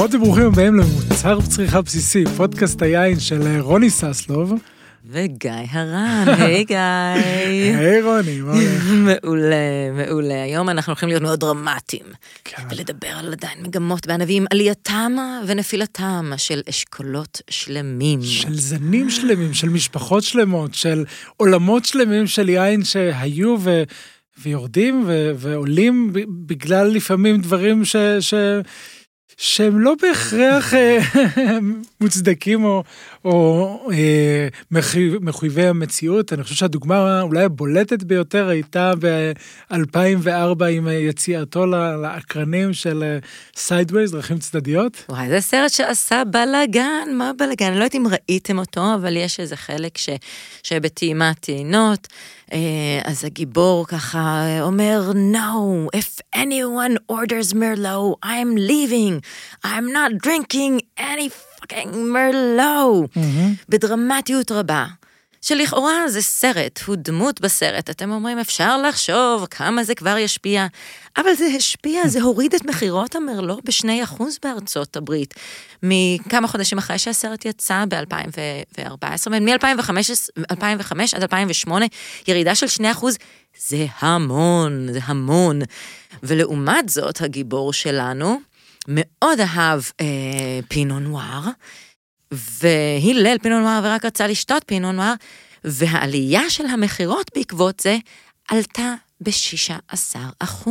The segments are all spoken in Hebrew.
ברוכות וברוכים הבאים למוצר צריכה בסיסי, פודקאסט היין של רוני ססלוב. וגיא הרן, היי גיא. היי רוני, מה הולך? מעולה, מעולה. היום אנחנו הולכים להיות מאוד דרמטיים. כן. ולדבר על עדיין מגמות בענבים, עלייתם ונפילתם של אשכולות שלמים. של זנים שלמים, של משפחות שלמות, של עולמות שלמים של יין שהיו ויורדים ועולים בגלל לפעמים דברים שהם לא בהכרח מוצדקים או מחויבי המציאות. אני חושב שהדוגמה אולי הבולטת ביותר הייתה ב-2004 עם יציאתו לאקרנים של סיידווייז, דרכים צדדיות. וואי, זה סרט שעשה בלגן, מה בלגן? אני לא יודעת אם ראיתם אותו, אבל יש איזה חלק שבטעימת טעינות, אז הגיבור ככה אומר, No, if anyone orders Merlot, I'm leaving. I'm not drinking any fucking Merlot. בדרמטיות רבה. שלכאורה זה סרט, הוא דמות בסרט. אתם אומרים, אפשר לחשוב כמה זה כבר ישפיע. אבל זה השפיע, זה הוריד את מחירות המרלו ב2% בארצות הברית. מכמה חודשים אחרי שהסרט יצא ב-2014, מ-2005 עד 2008, ירידה של 2%, זה המון, זה המון. ולעומת זאת, הגיבור שלנו מאוד אהב פינו נואר, והילל פינו נואר ורק רצה לשתות פינו נואר, והעלייה של המחירות בעקבות זה עלתה ב16%.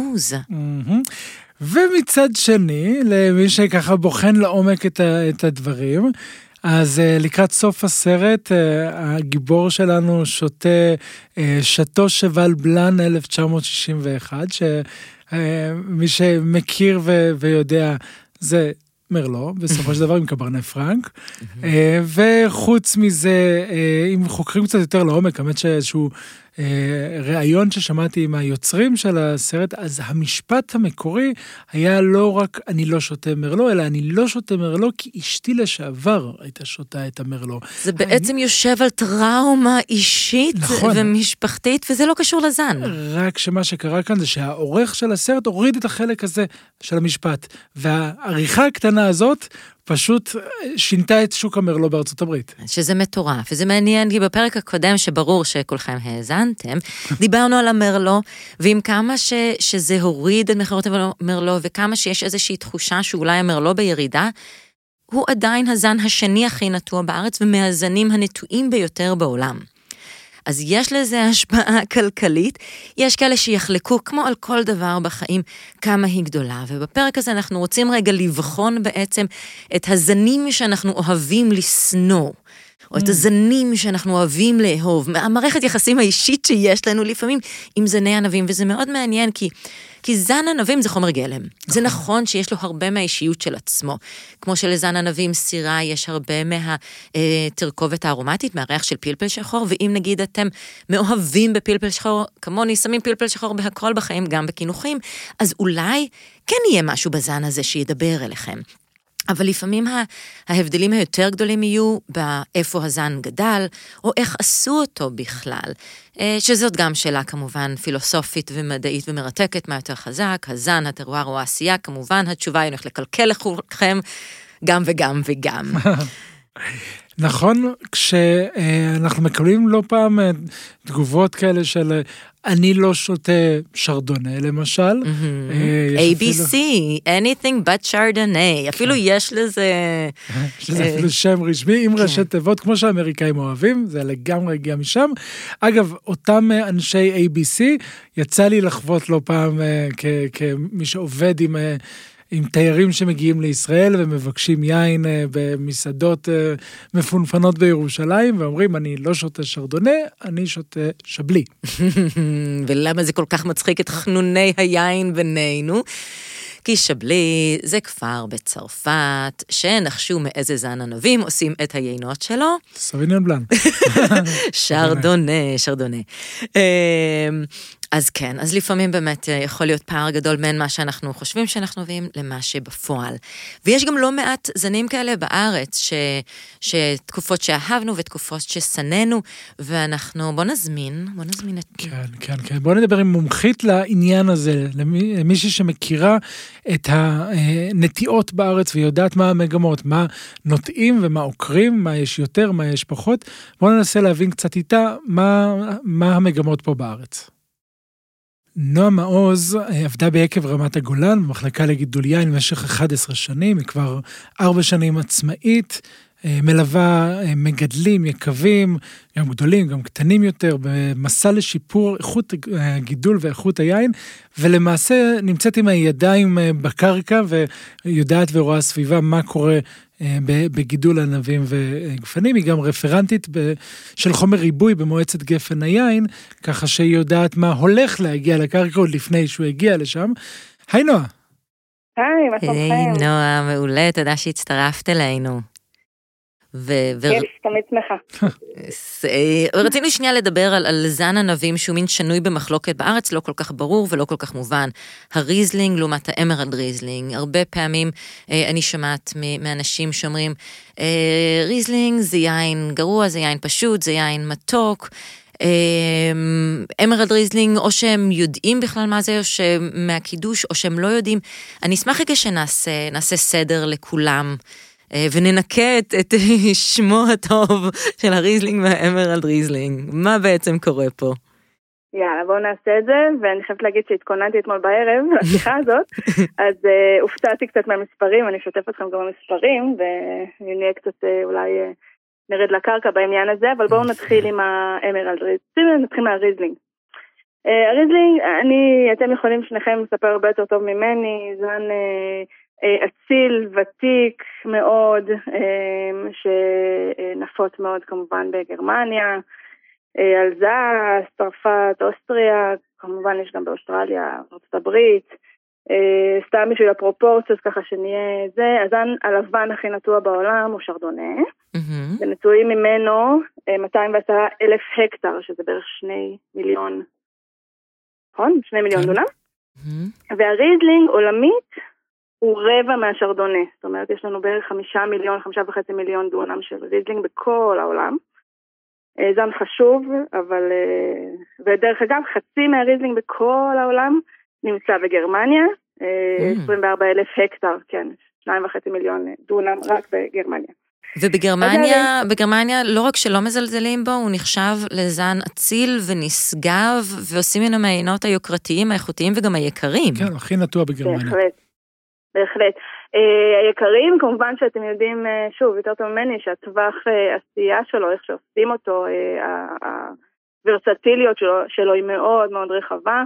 ומצד שני, למי שככה בוחן לעומק את הדברים, אז לקראת סוף הסרט, הגיבור שלנו שותה שתו שבל בלן 1961, שמי שמכיר ויודע, זה מרלו, בסופו של דבר עם קברנה פרנק, וחוץ מזה, אם חוקרים קצת יותר לעומק, האמת שאיזשהו ראיון ששמעתי עם היוצרים של הסרט, אז המשפט המקורי היה לא רק אני לא שותה מרלו, אלא אני לא שותה מרלו כי אשתי לשעבר הייתה שותה את המרלו. זה בעצם יושב על טראומה אישית ומשפחתית, וזה לא קשור לזן. רק שמה שקרה כאן זה שהעורך של הסרט הוריד את החלק הזה של המשפט, והעריכה הקטנה הזאת פשוט שינתה את שוק המרלו בארצות הברית. שזה מטורף, וזה מעניין, כי בפרק הקודם שברור שכולכם האזנתם, דיברנו על המרלו, ועם כמה שזה הוריד את מחירות המרלו, וכמה שיש איזושהי תחושה שאולי המרלו בירידה, הוא עדיין הזן השני הכי נטוע בארץ, ומהזנים הנטועים ביותר בעולם. אז יש לזה השפעה כלכלית, יש כאלה שיחלקו כמו על כל דבר בחיים כמה היא גדולה, ובפרק הזה אנחנו רוצים רגע לבחון בעצם את הזנים שאנחנו אוהבים לשנוא, או את הזנים שאנחנו אוהבים לאהוב, המערכת יחסים האישית שיש לנו לפעמים עם זני ענבים, וזה מאוד מעניין כי זן ענבים זה חומר גלם. זה נכון שיש לו הרבה מהאישיות של עצמו. כמו שלזן ענבים סירה יש הרבה מהתרכובת הארומטית, מהריח של פלפל שחור, ואם נגיד אתם מאוהבים בפלפל שחור, כמוני שמים פלפל שחור בהכל בחיים, גם בכינוחים, אז אולי כן יהיה משהו בזן הזה שידבר אליכם. אבל לפעמים ההבדלים היותר גדולים יהיו באיפה הזן גדל, או איך עשו אותו בכלל, שזאת גם שאלה כמובן פילוסופית ומדעית ומרתקת, מה יותר חזק, הזן, הטרואר או העשייה, כמובן התשובה היא הולך לקלקל לכולכם, גם וגם וגם. נכון, כשאנחנו מקבלים לא פעם תגובות כאלה של אני לא שותה שרדונה למשל. ABC, anything but שרדונה, אפילו יש לזה... שזה אפילו שם רשמי, עם ראשי תיבות, כמו שהאמריקאים אוהבים, זה לגמרי הגיע משם. אגב, אותם אנשי ABC, יצא לי לחוות לא פעם כמי שעובד עם תיירים שמגיעים לישראל ומבקשים יין במסעדות מפונפנות בירושלים, ואומרים, אני לא שותה שרדונה, אני שותה שבלי. ולמה זה כל כך מצחיק את חנוני היין בינינו? כי שבלי זה כפר בצרפת, שנחשו מאיזה זן ענבים עושים את היינות שלו. סוביניון בלאן. שרדונה. אז כן, אז לפעמים באמת יכול להיות פער גדול בין מה שאנחנו חושבים שאנחנו מביאים למה שבפועל. ויש גם לא מעט זנים כאלה בארץ, שתקופות שאהבנו ותקופות שסננו, ואנחנו, בוא נזמין את... כן. בוא נדבר עם מומחית לעניין הזה, למישהי שמכירה את הנטיעות בארץ ויודעת מה המגמות, מה נוטעים ומה עוקרים, מה יש יותר, מה יש פחות. בוא ננסה להבין קצת איתה מה המגמות פה בארץ. נועה מעוז עבדה ביקב רמת הגולן, במחלקה לגידול יין במשך 11 שנים, היא כבר 4 שנים עצמאית, מלווה מגדלים יקבים, גם גדולים, גם קטנים יותר, במסע לשיפור איכות הגידול ואיכות היין, ולמעשה נמצאת עם הידיים בקרקע, ויודעת ורואה סביבה מה קורה בגידול ענבים וגפנים. היא גם רפרנטית של חומר ריבוי במועצת גפן היין, ככה שהיא יודעת מה הולך להגיע לקרקע עוד לפני שהוא הגיע לשם. היי נועה. היי, מה שלומכם? היי נועה, מעולה, תודה שהצטרפת אלינו. כיף, תמיד שמחה. רצינו שנייה לדבר על זן ענבים שהוא מין שנוי במחלוקת בארץ, לא כל כך ברור ולא כל כך מובן. הריזלינג לעומת האמרלד ריזלינג. הרבה פעמים אני שומעת מאנשים שאומרים, ריזלינג זה יין גרוע, זה יין פשוט, זה יין מתוק. אמרלד ריזלינג, או שהם יודעים בכלל מה זה, או שמהקידוש, או שהם לא יודעים. אני אשמח רגע שנעשה סדר לכולם, וננקה את שמו הטוב של הריזלינג והאמרלד ריזלינג. מה בעצם קורה פה? יאללה, בואו נעשה את זה, ואני חייבת להגיד שהתכוננתי אתמול בערב לשיחה הזאת, אז הופתעתי קצת מהמספרים, אני אשתף אתכם גם במספרים, ונהיה קצת אולי נרד לקרקע בעניין הזה, אבל בואו נתחיל עם האמרלד ריזלינג, נתחיל מהריזלינג. הריזלינג, אתם יכולים שניכם לספר הרבה יותר טוב ממני, זן אציל, ותיק מאוד, שנפוץ מאוד כמובן בגרמניה, אלזס, צרפת, אוסטריה, כמובן יש גם באוסטרליה, ארצות הברית, סתם בשביל הפרופורציות ככה שנהיה זה, הזן הלבן הכי נטוע בעולם הוא שרדונה, ונטועים ממנו 210,000 הקטר, שזה בערך 2 מיליון, נכון? 2 מיליון דונם, והריזלינג עולמית, הוא רבע מהשרדונה, זאת אומרת, יש לנו בערך 5.5 מיליון דונם של ריזלינג בכל העולם. זן חשוב, אבל, ודרך אגב, חצי מהריזלינג בכל העולם נמצא בגרמניה, 24,000 הקטר, כן, 2.5 מיליון דונם רק בגרמניה. ובגרמניה לא רק שלא מזלזלים בו, הוא נחשב לזן אציל ונשגב, ועושים ממנו מהעינות היוקרתיים, האיכותיים וגם היקרים. כן, הכי נטוע בגרמניה. בהחלט. היקרים, כמובן שאתם יודעים, שוב, יותר טוב ממני, שהטווח עשייה שלו, איך שעושים אותו, הוורסטיליות שלו היא מאוד מאוד רחבה,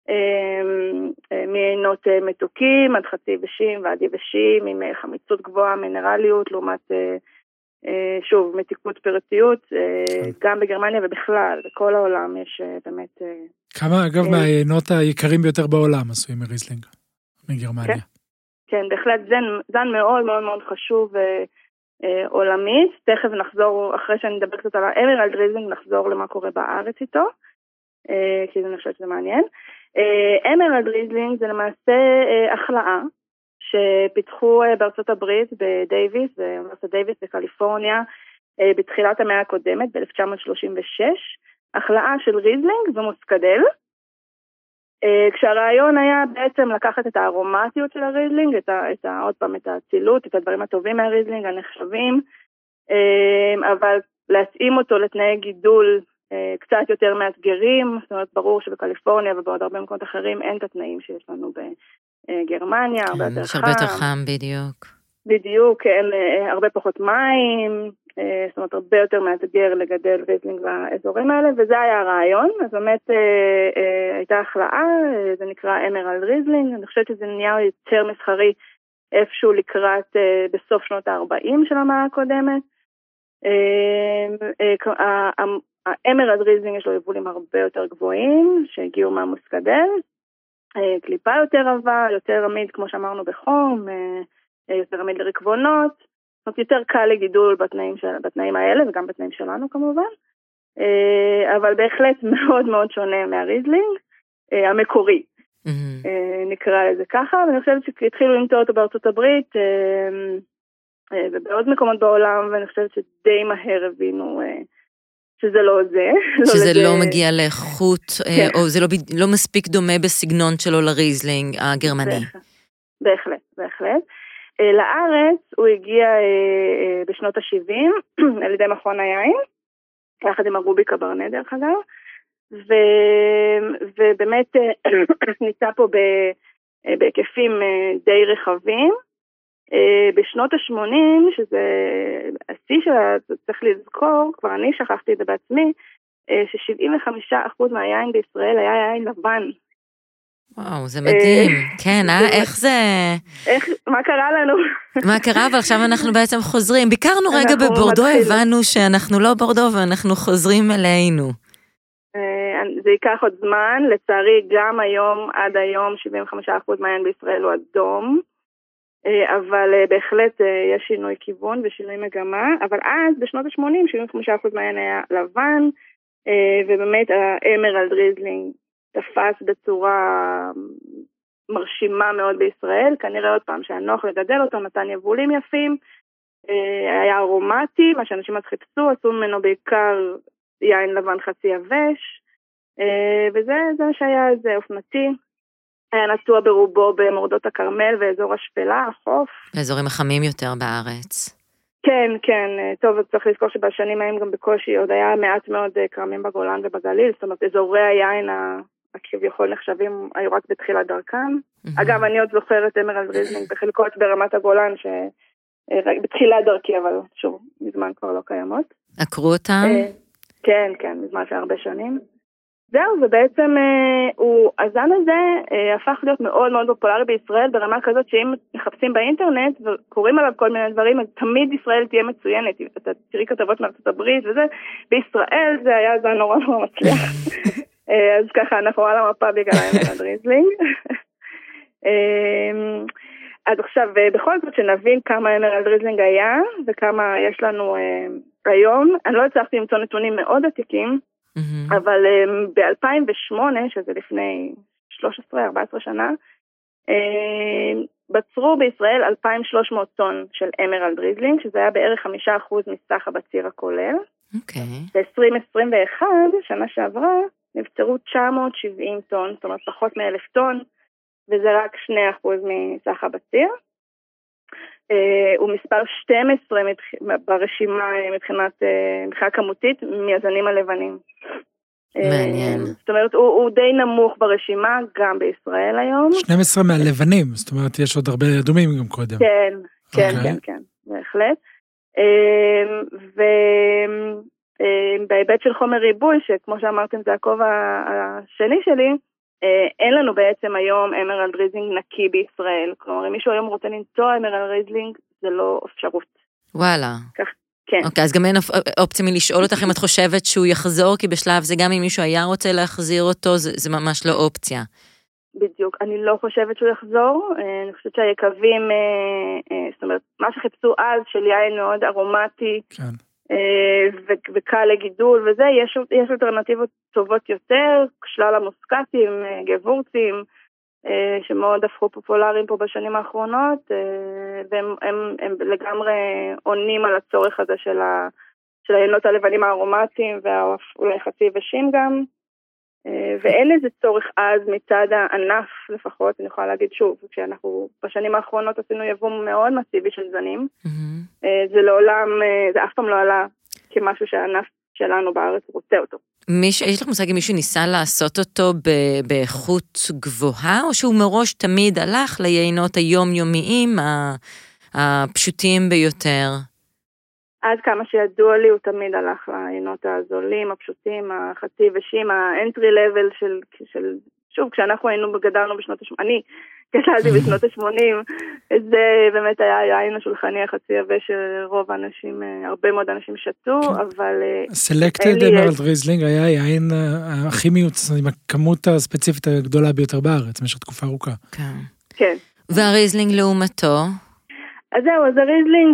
מעינות מתוקים, עד חצי יבשים ועד יבשים, עם חמיצות גבוהה, מינרליות, לעומת, שוב, מתיקות פירתיות, גם בגרמניה ובכלל, בכל העולם יש באמת... כמה, אגב, מהעינות היקרים ביותר בעולם עשויים מריזלינג, מגרמניה? כן, בהחלט זן מאוד מאוד מאוד חשוב עולמית. תכף נחזור, אחרי שאני אדבר קצת על האמרלד ריזלינג, נחזור למה קורה בארץ איתו, כי אני חושבת שזה מעניין. אמרלד ריזלינג זה למעשה החלאה שפיתחו בארצות הברית בדייוויס, באוניברסיטת דייוויס בקליפורניה, בתחילת המאה הקודמת, ב-1936, החלאה של ריזלינג ומוסקדל, כשהרעיון היה בעצם לקחת את הארומטיות של הריזלינג, עוד פעם את האצילות, את הדברים הטובים מהריזלינג, הנחשבים, אבל להתאים אותו לתנאי גידול קצת יותר מאתגרים, זאת אומרת ברור שבקליפורניה ובעוד הרבה מקומות אחרים אין את התנאים שיש לנו בגרמניה, הרבה יותר חם. הרבה יותר חם, בדיוק. בדיוק, אין הרבה פחות מים, זאת אומרת הרבה יותר מאתגר לגדל ריזלינג באזורים האלה, וזה היה הרעיון. אז באמת הייתה החלאה, זה נקרא אמרלד ריזלינג, אני חושבת שזה נהיה יותר מסחרי איפשהו לקראת בסוף שנות ה-40 של המאה הקודמת. האמרלד ריזלינג יש לו יבולים הרבה יותר גבוהים, שהגיעו מהמוסקדל, קליפה יותר עבה, יותר עמיד כמו שאמרנו בחום, יותר עמיד לרקבונות, זאת אומרת יותר קל לגידול בתנאים האלה וגם בתנאים שלנו כמובן, אבל בהחלט מאוד מאוד שונה מהריזלינג, המקורי. נקרא לזה ככה, ואני חושבת שהתחילו למצוא אותו בארצות הברית, ובעוד מקומות בעולם, ואני חושבת שדי מהר הבינו שזה לא זה. שזה לא מגיע לאיכות, או זה לא מספיק דומה בסגנון שלו לריזלינג הגרמני. בהחלט, בהחלט. לארץ הוא הגיע בשנות ה-70, על ידי מכון היין, יחד עם הרובי קברנה דרך אגב, ובאמת ניסה פה בהיקפים די רחבים. בשנות ה-80, שזה השיא שלה, צריך לזכור, כבר אני שכחתי את זה בעצמי, ש75% מהיין בישראל היה יין לבן. וואו, זה מדהים. כן, איך זה... מה קרה לנו? מה קרה, אבל עכשיו אנחנו בעצם חוזרים. ביקרנו רגע בבורדו, הבנו שאנחנו לא בורדו, ואנחנו חוזרים אלינו. זה ייקח עוד זמן, לצערי גם היום, עד היום, 75% מהיין בישראל הוא אדום, אבל בהחלט יש שינוי כיוון ושינוי מגמה, אבל אז בשנות ה-80, 75% מהיין היה לבן, ובאמת האמרלד ריזלינג תפס בצורה מרשימה מאוד בישראל, כנראה עוד פעם שהיה נוח לגדל אותו, נתן יבולים יפים, היה ארומטי, מה שאנשים אז חיפשו, עשו ממנו בעיקר יין לבן חצי יבש, וזה מה שהיה זה אופנתי, היה נטוע ברובו במורדות הכרמל ואזור השפלה, החוף. באזורים החמים יותר בארץ. כן, כן, טוב, צריך לזכור שבשנים ההם גם בקושי עוד היה מעט מאוד כרמים בגולן ובגליל, זאת אומרת, אזורי היין הכביכול נחשבים היו רק בתחילת דרכם. אגב, אני עוד זוכרת אמרלד ריזלינג בחלקות ברמת הגולן, בתחילת דרכי, אבל שוב, מזמן כבר לא קיימות. עקרו אותם? כן, כן, מזמן שהרבה שנים. זהו, ובעצם הזן הזה הפך להיות מאוד מאוד פופולרי בישראל, ברמה כזאת שאם מחפשים באינטרנט וקוראים עליו כל מיני דברים, אז תמיד ישראל תהיה מצוינת. אתה תראי כתבות מארצות הברית וזה, בישראל זה היה זן נורא נורא מצליח. אז ככה אנחנו על המפה בגלל אמרלד ריזלינג. אז עכשיו, בכל זאת שנבין כמה אמרלד ריזלינג היה, וכמה יש לנו היום, אני לא הצלחתי למצוא נתונים מאוד עתיקים, אבל ב-2008, שזה לפני 13-14 שנה, בצרו בישראל 2,300 טון של אמרלד ריזלינג, שזה היה בערך 5% מסך הבציר הכולל. ב-2021, שנה שעברה, נבצרו 970 טון, זאת אומרת פחות מ1,000 טון, וזה רק 2% מסך הבציר. הוא מספר 12 ברשימה מבחינת כמותית מהזנים הלבנים. מעניין. זאת אומרת, הוא די נמוך ברשימה, גם בישראל היום. 12 מהלבנים, זאת אומרת, יש עוד הרבה אדומים גם קודם. כן, כן, כן, כן, בהחלט. ובהיבט של חומר ריבוי, שכמו שאמרתם, זה הכובע השני שלי, אין לנו בעצם היום אמרלד ריזלינג נקי בישראל. כלומר, אם מישהו היום רוצה לנטוע אמרלד ריזלינג, זה לא אפשרות. וואלה. כך, כן. אוקיי, אז גם אין אופציה מלשאול אותך אם את חושבת שהוא יחזור, כי בשלב זה גם אם מישהו היה רוצה להחזיר אותו, זה ממש לא אופציה. בדיוק, אני לא חושבת שהוא יחזור, אני חושבת שהיקבים, זאת אומרת, מה שחיפשו אז של יין מאוד ארומטי, כן. וקל לגידול וזה, יש אלטרנטיבות טובות יותר, שלל המוסקטים, גבורצים, שמאוד הפכו פופולריים פה בשנים האחרונות, והם לגמרי עונים על הצורך הזה של העיינות הלבנים הארומטיים, ואולי חצי יבשים גם, ואין איזה צורך אז מצד הענף לפחות, אני יכולה להגיד שוב, כשאנחנו בשנים האחרונות עשינו יבוא מאוד מסיבי של זנים, זה לעולם, זה אף פעם לא עלה כמשהו שהענף שלנו בארץ רוצה אותו. יש לך מושג אם מישהו ניסה לעשות אותו באיכות גבוהה, או שהוא מראש תמיד הלך ליינות היומיומיים הפשוטים ביותר? עד כמה שידוע לי הוא תמיד הלך ליינות הזולים, הפשוטים, החצי ושים, האנטרי לבל של שוב, כשאנחנו גדלנו בשנות ה-80, אני גדלתי בשנות ה-80, זה באמת היה היין השולחני החצי יבש שרוב האנשים, הרבה מאוד אנשים שתו, אבל... סלקטד אמרלד ריזלינג היה היין הכי מיוצר, עם הכמות הספציפית הגדולה ביותר בארץ, במשך תקופה ארוכה. כן. והריזלינג לעומתו? אז זהו, אז הריזלינג...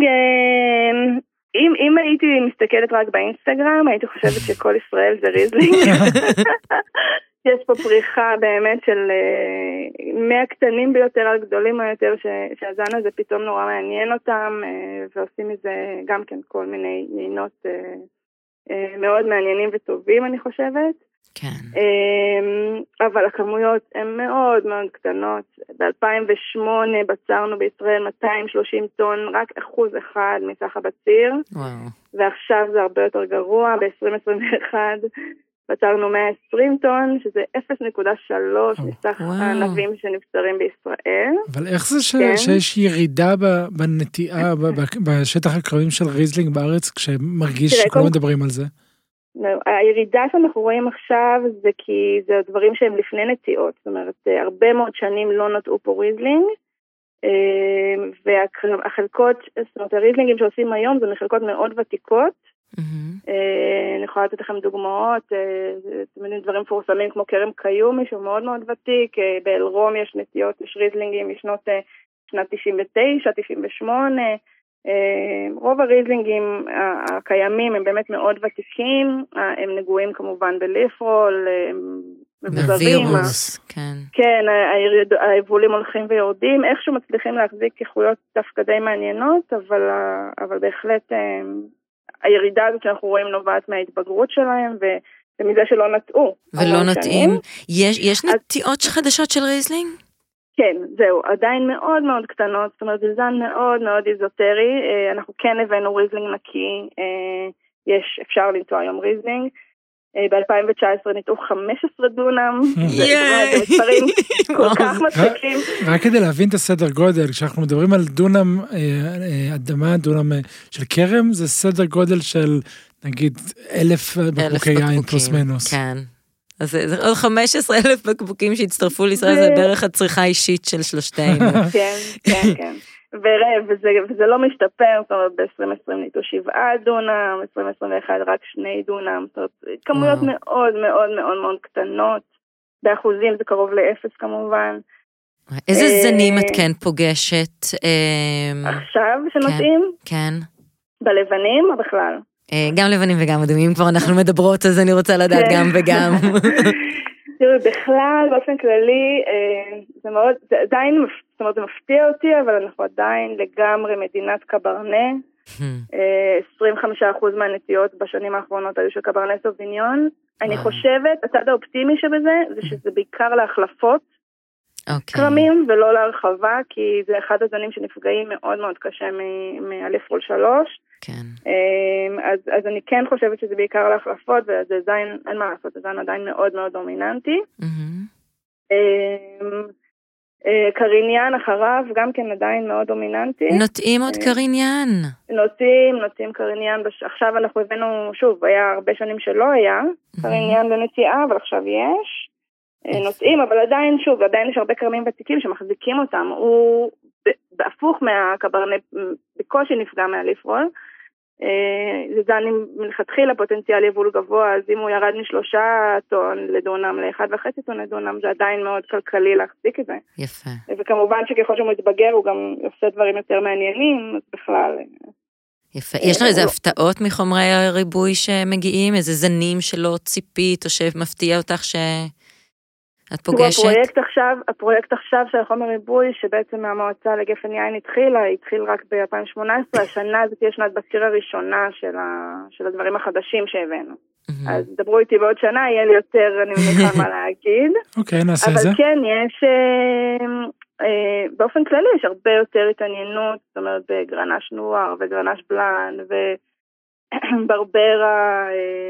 אם הייתי מסתכלת רק באינסטגרם, הייתי חושבת שכל ישראל זה ריזלינג. יש פה פריחה באמת של מהקטנים ביותר על גדולים יותר, שהזן הזה פתאום נורא מעניין אותם, ועושים מזה גם כן כל מיני יינות מאוד מעניינים וטובים, אני חושבת. כן. אבל הכמויות הן מאוד מאוד קטנות. ב-2008 בצרנו בישראל 230 טון, רק 1% מסך הבציר. וואו. ועכשיו זה הרבה יותר גרוע, ב-2021 בצרנו 120 טון, שזה 0.3 מסך הענבים שנפטרים בישראל. אבל איך זה שיש ירידה בנטיעה, בשטח הקרבים של ריזלינג בארץ, כשמרגיש שכולם מדברים על זה? הירידה שאנחנו רואים עכשיו זה כי זה דברים שהם לפני נטיעות, זאת אומרת, הרבה מאוד שנים לא נטעו פה ריזלינג, והחלקות, זאת אומרת, הריזלינגים שעושים היום זה מחלקות מאוד ותיקות. אני יכולה לתת לכם דוגמאות, דברים מפורסמים כמו כרם קיומי שהוא מאוד מאוד ותיק, באלרום יש נטיעות, יש ריזלינגים משנות 99, 98, רוב הריזלינגים הקיימים הם באמת מאוד ותיקים, הם נגועים כמובן בליפרול, הם מבוזרים. בווירוס, כן. כן, היבולים הולכים ויורדים, איכשהו מצליחים להחזיק איכויות דווקא די מעניינות, אבל בהחלט הירידה הזאת שאנחנו רואים נובעת מההתבגרות שלהם, ומזה שלא נטעו. ולא נטעים. יש נטיעות חדשות של ריזלינג? כן, זהו, עדיין מאוד מאוד קטנות, זאת אומרת, זה זן מאוד מאוד איזוטרי, אנחנו כן הבאנו ריזלינג נקי, אפשר למצוא היום ריזלינג, ב-2019 ניתנו 15 דונם, זה מספרים כל כך מצחיקים. רק כדי להבין את הסדר גודל, כשאנחנו מדברים על דונם אדמה, דונם של כרם, זה סדר גודל של נגיד 1,000 בקבוקי יין פלוס מינוס. כן. אז זה עוד 15,000 בקבוקים שהצטרפו לישראל, זה בערך הצריכה האישית של שלושתנו. כן, כן, כן. וזה לא משתפר, זאת אומרת, ב-2020 ניתו 7 דונם, 2021 רק 2 דונם, זאת אומרת, כמויות מאוד מאוד מאוד מאוד קטנות, באחוזים זה קרוב ל0 כמובן. איזה זנים את כן פוגשת? עכשיו שנותנים? כן. בלבנים או בכלל? גם לבנים וגם אדומים, כבר אנחנו מדברות, אז אני רוצה לדעת גם וגם. תראו, בכלל, באופן כללי, זה מאוד, זה עדיין, זאת אומרת, זה מפתיע אותי, אבל אנחנו עדיין לגמרי מדינת קברנה. 25% מהנטיות בשנים האחרונות היו של קברנה סוביניון. אני חושבת, הצד האופטימי שבזה, זה שזה בעיקר להחלפות קרמים ולא להרחבה, כי זה אחד הזנים שנפגעים מאוד מאוד קשה מאליפרול 3. כן. אז אני כן חושבת שזה בעיקר להחלפות, וזה זין, אין מה לעשות, זה זין עדיין מאוד מאוד דומיננטי. קריניאן אחריו, גם כן עדיין מאוד דומיננטי. נוטעים עוד קריניאן. נוטעים קריניאן, עכשיו אנחנו הבאנו, שוב, היה הרבה שנים שלא היה קריניאן לנטיעה, אבל עכשיו יש. נוטעים, אבל עדיין, שוב, עדיין יש הרבה קרמים ותיקים שמחזיקים אותם. הוא בהפוך מהקברנה, בקושי נפגע מהליפרול. זה זן עם מלכתחילה פוטנציאל יבול גבוה, אז אם הוא ירד מ3 טון לדונם ל1.5 טון לדונם, זה עדיין מאוד כלכלי להחזיק את זה. יפה. וכמובן שככל שהוא מתבגר, הוא גם עושה דברים יותר מעניינים, אז בכלל. יפה. יש לו איזה הפתעות מחומרי הריבוי שמגיעים? איזה זנים שלא ציפית, או שמפתיע אותך את פוגשת? הפרויקט עכשיו של החומר ריבוי, שבעצם המועצה לגפן יין התחיל רק ב-2018, השנה זאת תהיה שנת בציר הראשונה של הדברים החדשים שהבאנו. אז דברו איתי בעוד שנה, יהיה לי יותר, אני מניחה מה להגיד. אוקיי, נעשה את זה. אבל כן, יש, באופן כללי יש הרבה יותר התעניינות, זאת אומרת, בגרנש נוער וגרנש בלן וברברה,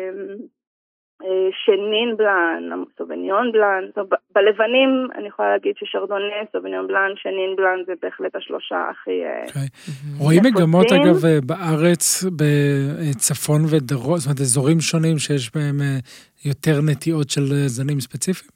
שנין בלן, סוביניון בלן, בלבנים אני יכולה להגיד ששרדונה, סוביניון בלן, שנין בלן זה בהחלט השלושה הכי רואים מגמות אגב בארץ בצפון ודרום, זאת אומרת אזורים שונים שיש בהם יותר נטיעות של זנים ספציפיים?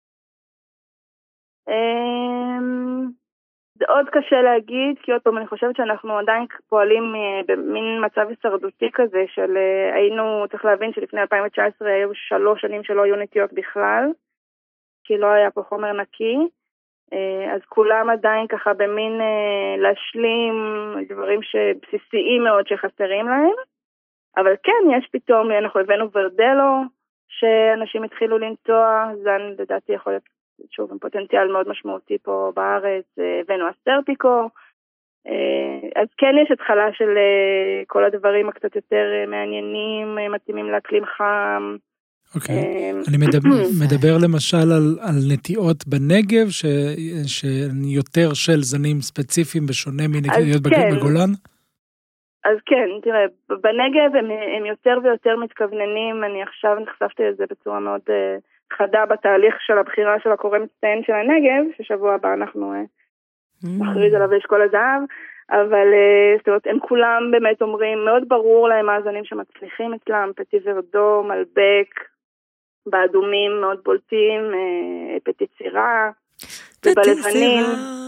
זה עוד קשה להגיד, כי עוד פעם אני חושבת שאנחנו עדיין פועלים במין מצב הישרדותי כזה, של היינו, צריך להבין שלפני 2019 היו 3 שנים שלא היו נטיות בכלל, כי לא היה פה חומר נקי, אז כולם עדיין ככה במין להשלים דברים שבסיסיים מאוד שחסרים להם, אבל כן, יש פתאום, אנחנו הבאנו ורדלו, שאנשים התחילו לנטוע, זן לדעתי יכול להיות שוב עם פוטנציאל מאוד משמעותי פה בארץ, הבאנו אסטרטיקו, אז כן יש התחלה של כל הדברים הקצת יותר מעניינים, מתאימים לאקלים חם. אוקיי, אני מדבר למשל על נטיעות בנגב, שיותר של זנים ספציפיים בשונה מנטיעות בגולן? אז כן, תראה, בנגב הם יותר ויותר מתכווננים, אני עכשיו נחשפתי לזה בצורה מאוד חדה בתהליך של הבחירה של הקורא מצטיין של הנגב, ששבוע הבא אנחנו מכריז עליו אשכול הזהב, אבל זאת אומרת, הם כולם באמת אומרים, מאוד ברור להם מה הזנים שמצליחים אצלם, פטי ורדו, מלבק, באדומים מאוד בולטים, פטי צירה, ובלבנים.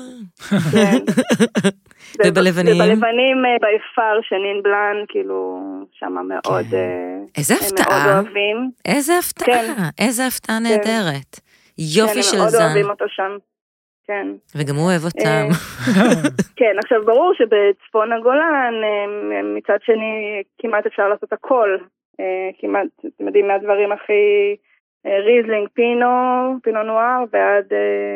ובלבנים ביפר שנין בלן, כאילו, שמה מאוד, איזה הפתעה, מאוד אוהבים. איזה הפתעה, איזה הפתעה נהדרת. יופי של זן. הם מאוד אוהבים אותו שם. כן. וגם הוא אוהב אותם. כן, עכשיו ברור שבצפון הגולן, מצד שני, כמעט אפשר לעשות הכל. כמעט, אתם יודעים, מהדברים הכי ריזלינג, פינו נואר, ועד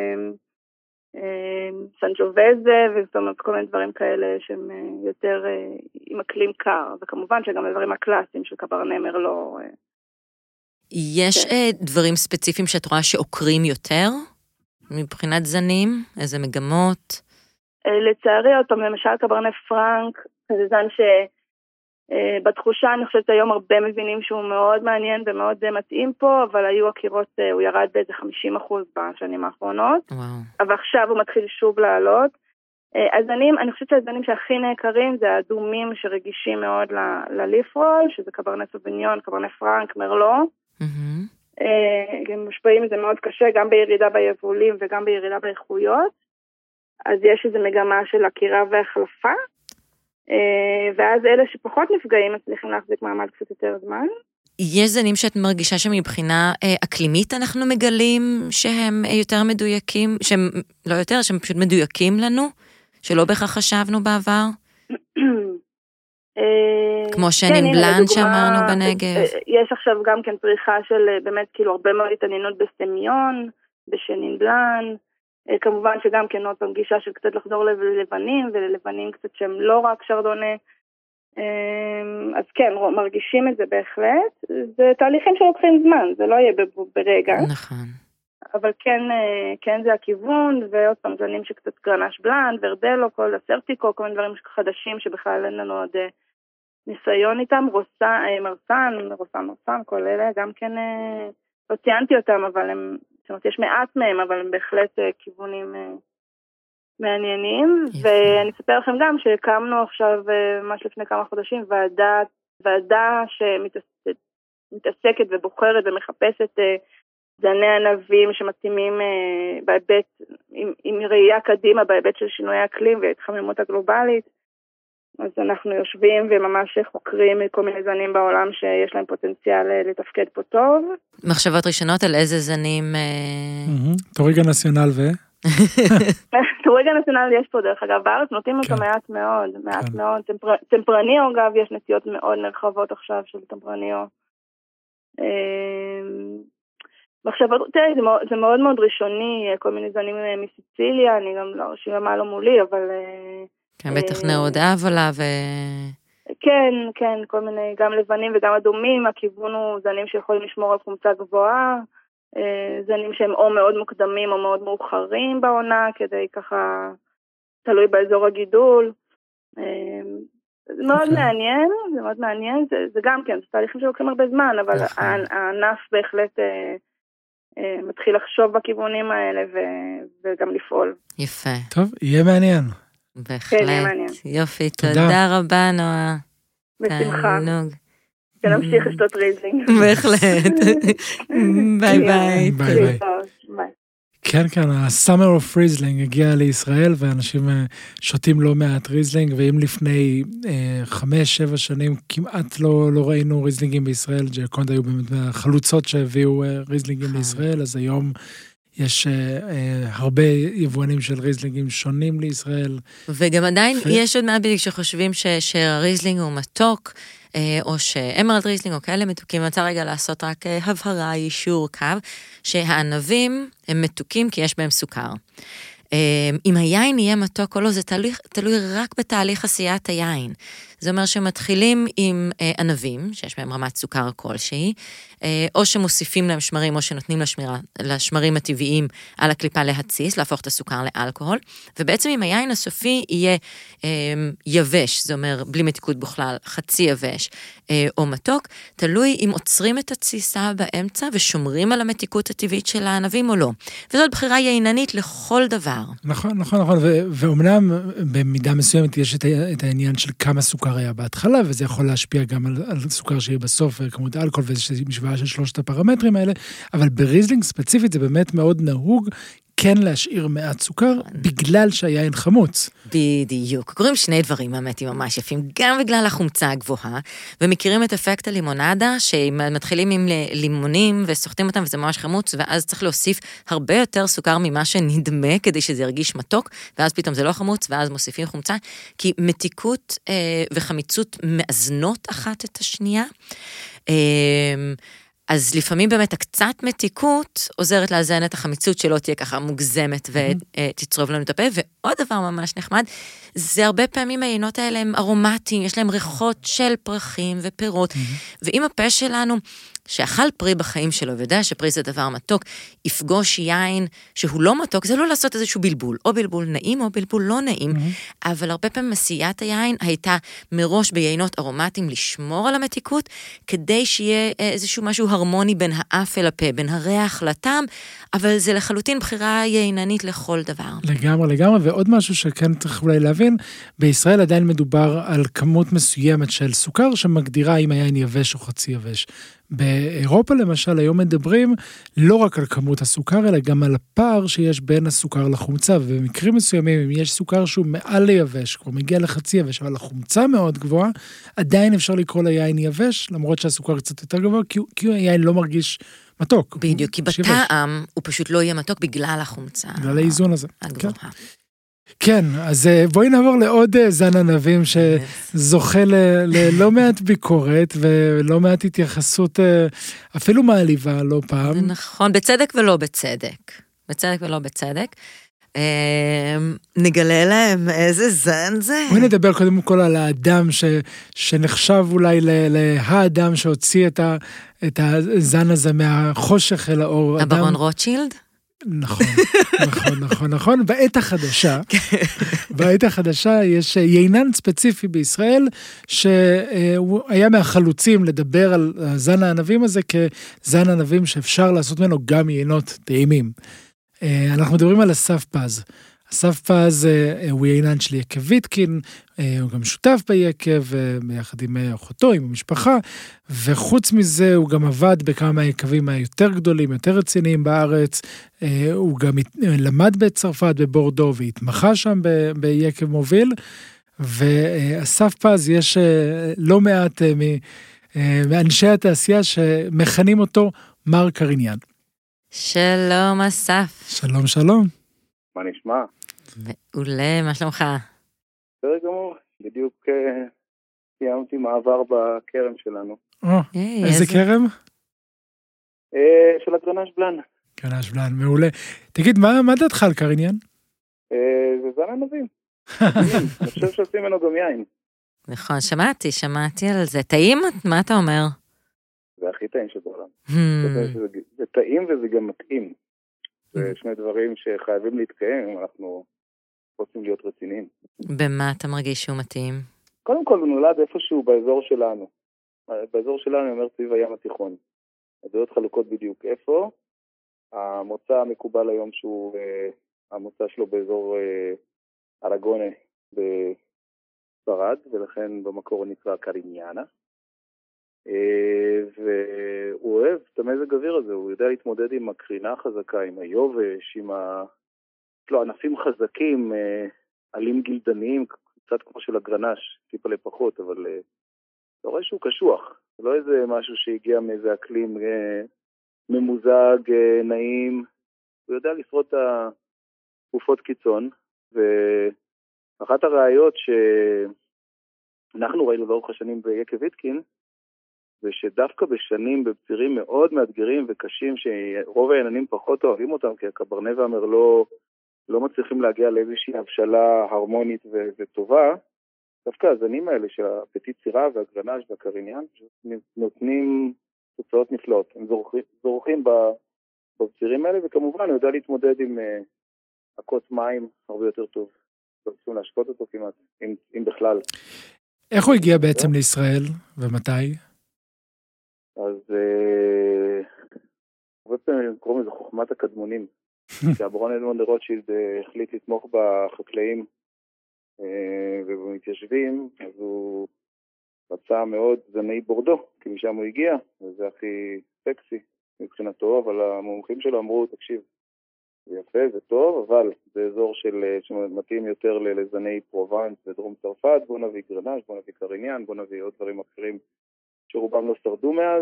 סנג'ובזה, וזאת אומרת כל מיני דברים כאלה שהם יותר עם אקלים קר, וכמובן שגם הדברים הקלאסיים של קברנה מרלו. יש דברים ספציפיים שאת רואה שעוקרים יותר? מבחינת זנים? איזה מגמות? לצערי, עוד פעם, למשל קברנה פרנק, זה זן שבתחושה אני חושבת היום הרבה מבינים שהוא מאוד מעניין ומאוד מתאים פה, אבל היו עקירות, הוא ירד באיזה 50% בשנים האחרונות, אבל עכשיו הוא מתחיל שוב לעלות. הזנים, אני חושבת שהזנים שהכי נעקרים זה האדומים שרגישים מאוד לליפרול, שזה קברנה סוביניון, קברנה פרנק, מרלו, הם מושפעים מזה מאוד קשה, גם בירידה ביבולים וגם בירידה באיכויות, אז יש איזו מגמה של עקירה והחלפה, ואז אלה שפחות נפגעים מצליחים להחזיק מעמד קצת יותר זמן. יש זנים שאת מרגישה שמבחינה אקלימית אנחנו מגלים שהם יותר מדויקים, שהם לא יותר, שהם פשוט מדויקים לנו, שלא בהכרח חשבנו בעבר? כמו שנין בלן שאמרנו בנגב. יש עכשיו גם כן פריחה של באמת כאילו הרבה מאוד התעניינות בסמיון, בשנין בלן, כמובן שגם כן עוד פעם גישה של קצת לחזור ללבנים, וללבנים קצת שהם לא רק שרדונה, אז כן, מרגישים את זה בהחלט, זה תהליכים שלוקחים זמן, זה לא יהיה ברגע. נכון. אבל כן זה הכיוון, ועוד פעם זנים שקצת גרנש בלן, ורדלו, כל הסרטיקו, כל מיני דברים חדשים שבכלל אין לנו עוד ניסיון איתם, מרסן, כל אלה, גם כן, לא ציינתי אותם, אבל הם, זאת אומרת, יש מעט מהם, אבל הם בהחלט כיוונים מעניינים, ואני אספר לכם גם שהקמנו עכשיו, ממש לפני כמה חודשים, ועדה שמתעסקת ובוחרת ומחפשת זני ענבים שמתאימים בהיבט, עם ראייה קדימה בהיבט של שינוי האקלים והתחממות הגלובלית, אז אנחנו יושבים וממש חוקרים כל מיני זנים בעולם שיש להם פוטנציאל לתפקד פה טוב. מחשבות ראשונות על איזה זנים? טוריגה נציונל טוריגה נציונל יש פה דרך אגב, בארץ נוטים אותו מעט מאוד. טמפרניו אגב, יש נטיות מאוד נרחבות עכשיו של טמפרניו. מחשבות, תראי, זה מאוד מאוד ראשוני, כל מיני זנים מסיציליה, אני גם לא רשימה לא מולי, אבל כן, בטח נעודה עולה כן, כל מיני, גם לבנים וגם אדומים, הכיוון הוא זנים שיכולים לשמור על חומצה גבוהה, זנים שהם או מאוד מוקדמים או מאוד מאוחרים בעונה, כדי ככה, תלוי באזור הגידול. זה מאוד מעניין, זה גם כן, זה תהליכים שלוקחים הרבה זמן, אבל הענף בהחלט מתחיל לחשוב בכיוונים האלה וגם לפעול. יפה. טוב, יהיה מעניין. בהחלט. יופי, תודה רבה נועה. בשמחה. שנמשיך לשתות ריזלינג. בהחלט. ביי ביי. ביי. כן, ה-Summer of Riesling הגיע לישראל, ואנשים שותים לא מעט ריזלינג, ואם לפני 5-7 שנים כמעט לא ראינו ריזלינגים בישראל, ג'קונד היו באמת החלוצות שהביאו ריזלינגים לישראל, אז היום יש הרבה יבואנים של ריזלינגים שונים לישראל. וגם עדיין יש עוד מעט בדיוק שחושבים שהריזלינג הוא מתוק, או שאמרלד ריזלינג או כאלה מתוקים. אני רוצה רגע לעשות רק הבהרה, יישור קו, שהענבים הם מתוקים כי יש בהם סוכר. אם היין יהיה מתוק או לא, זה תלוי רק בתהליך עשיית היין. זה אומר שמתחילים עם ענבים, שיש בהם רמת סוכר כלשהי, או שמוסיפים להם שמרים, או שנותנים לשמרים הטבעיים על הקליפה להציס, להפוך את הסוכר לאלכוהול, ובעצם אם היין הסופי יהיה יבש, זה אומר בלי מתיקות בכלל, חצי יבש, או מתוק, תלוי אם עוצרים את התסיסה באמצע, ושומרים על המתיקות הטבעית של הענבים או לא. וזאת בחירה ייננית לכל דבר. נכון, נכון, נכון, ואומנם במידה מסוימת יש את העניין של כמה סוכר היה בהתחלה, וזה יכול להשפיע גם על סוכר שיהיה בסוף, כמות אלכוהול, וזו משוואה של שלושת הפרמטרים האלה, אבל בריזלינג ספציפית זה באמת מאוד נהוג, כן להשאיר מעט סוכר, בגלל שהיין חמוץ. בדיוק. קוראים שני דברים האמתיים ממש יפים, גם בגלל החומצה הגבוהה, ומכירים את אפקט הלימונדה, שמתחילים עם לימונים וסוחטים אותם, וזה ממש חמוץ, ואז צריך להוסיף הרבה יותר סוכר ממה שנדמה, כדי שזה ירגיש מתוק, ואז פתאום זה לא חמוץ, ואז מוסיפים חומצה, כי מתיקות וחמיצות מאזנות אחת את השנייה. אז לפעמים באמת הקצת מתיקות עוזרת לאזן את החמיצות שלא תהיה ככה מוגזמת ותצרוב לנו את הפה. ועוד דבר ממש נחמד, זה הרבה פעמים העיינות האלה הם ארומטיים, יש להם ריחות של פרחים ופירות, ואם הפה שלנו שאכל פרי בחיים שלו, ויודע שפרי זה דבר מתוק, יפגוש יין שהוא לא מתוק, זה לא לעשות איזשהו בלבול, או בלבול נעים או בלבול לא נעים, אבל הרבה פעמים עשיית היין הייתה מראש ביינות ארומטיים לשמור על המתיקות, כדי שיהיה איזשהו משהו הרמוני בין האף אל הפה, בין הריח לטעם, אבל זה לחלוטין בחירה ייננית לכל דבר. לגמרי, לגמרי, ועוד משהו שכן צריך אולי להבין, בישראל עדיין מדובר על כמות מסוימת של סוכר, שמגדירה אם היין יבש או חצי יבש. באירופה למשל היום מדברים לא רק על כמות הסוכר, אלא גם על הפער שיש בין הסוכר לחומצה, ובמקרים מסוימים אם יש סוכר שהוא מעל ליבש, כבר מגיע לחצי יבש, אבל החומצה מאוד גבוהה, עדיין אפשר לקרוא ליין יבש, למרות שהסוכר קצת יותר גבוה, כי היין לא מרגיש מתוק. בדיוק, כי בטעם הוא פשוט לא יהיה מתוק בגלל החומצה. בגלל האיזון הזה. הגבוהה. כן, אז בואי נעבור לעוד זן ענבים שזוכה ללא מעט ביקורת ולא מעט התייחסות, אפילו מעליבה לא פעם. נכון, בצדק ולא בצדק. בצדק ולא בצדק. נגלה להם איזה זן זה. בואי נדבר קודם כל על האדם שנחשב אולי להאדם שהוציא את הזן הזה מהחושך אל האור. הברון רוטשילד? נכון, נכון, נכון, נכון. בעת החדשה יש יינן ספציפי בישראל, שהוא היה מהחלוצים לדבר על זן הענבים הזה, כזן ענבים שאפשר לעשות ממנו גם יינות טעימים. אנחנו מדברים על אסף פז. אסף פז הוא יינן של יקב ויטקין, הוא גם שותף ביקב, ביחד עם אחותו, עם המשפחה, וחוץ מזה הוא גם עבד בכמה מהיקבים היותר גדולים, יותר רציניים בארץ, הוא גם למד בצרפת, בבורדו, והתמחה שם ביקב מוביל, ואסף פז יש לא מעט מאנשי התעשייה שמכנים אותו מר קריניאן. שלום אסף. שלום, שלום. מה נשמע? מעולה, מה שלומך? בסדר גמור, בדיוק סיימתי מעבר בכרם שלנו. איזה כרם? של הגרנש בלן. גרנש בלן, מעולה. תגיד, מה דעתך על קריניאן? זה זן ענבים. אני חושב שעושים ממנו גם יין. נכון, שמעתי על זה. טעים? מה אתה אומר? זה הכי טעים שבעולם. זה טעים וזה גם מתאים. זה שני דברים שחייבים להתקיים אם אנחנו רוצים להיות רציניים. במה אתה מרגיש שהוא מתאים? קודם כל הוא נולד איפשהו באזור שלנו. באזור שלנו אני אומר סביב הים התיכון. הדעות חלוקות בדיוק איפה. המוצא המקובל היום שהוא, המוצא שלו באזור ארגונה בספרד, ולכן במקור הוא נקרא קריניאנה. והוא אוהב את המזג אוויר הזה, הוא יודע להתמודד עם הקרינה החזקה, עם היובש, עם ענפים חזקים, עלים גלדניים, קצת כמו של הגרנש, טיפה לפחות, אבל לא רואה שהוא קשוח, לא איזה משהו שהגיע מאיזה אקלים ממוזג, נעים, הוא יודע לשרוד את התקופות קיצון, ואחת הראיות שאנחנו ראינו לאורך השנים ביקב ויטקין, זה שדווקא בשנים, בצירים מאוד מאתגרים וקשים, שרוב העניינים פחות אוהבים אותם, כי הקברנה והמרלו לא מצליחים להגיע לאיזושהי הבשלה הרמונית וטובה, דווקא הזנים האלה של הפטית סירה והגרנאז' והקריניאן, נותנים תוצאות נפלאות. הם זורחים בצירים האלה, וכמובן הוא יודע להתמודד עם עקות מים הרבה יותר טוב. לא צריכים להשקות אותו כמעט, אם בכלל. איך הוא הגיע בעצם לישראל ומתי? אז הרבה פעמים קוראים לזה חוכמת הקדמונים. כשאברון אדמונד דה רוטשילד החליט לתמוך בחקלאים ובמתיישבים, אז הוא רצה מאוד זני בורדו, כי משם הוא הגיע, וזה הכי סקסי מבחינתו, אבל המומחים שלו אמרו, תקשיב, זה יפה, זה טוב, אבל זה אזור שמתאים יותר לזני פרובנס ודרום צרפת, בוא נביא גרנאז', בוא נביא קריניאן, בוא נביא עוד דברים אחרים שרובם לא שרדו מאז,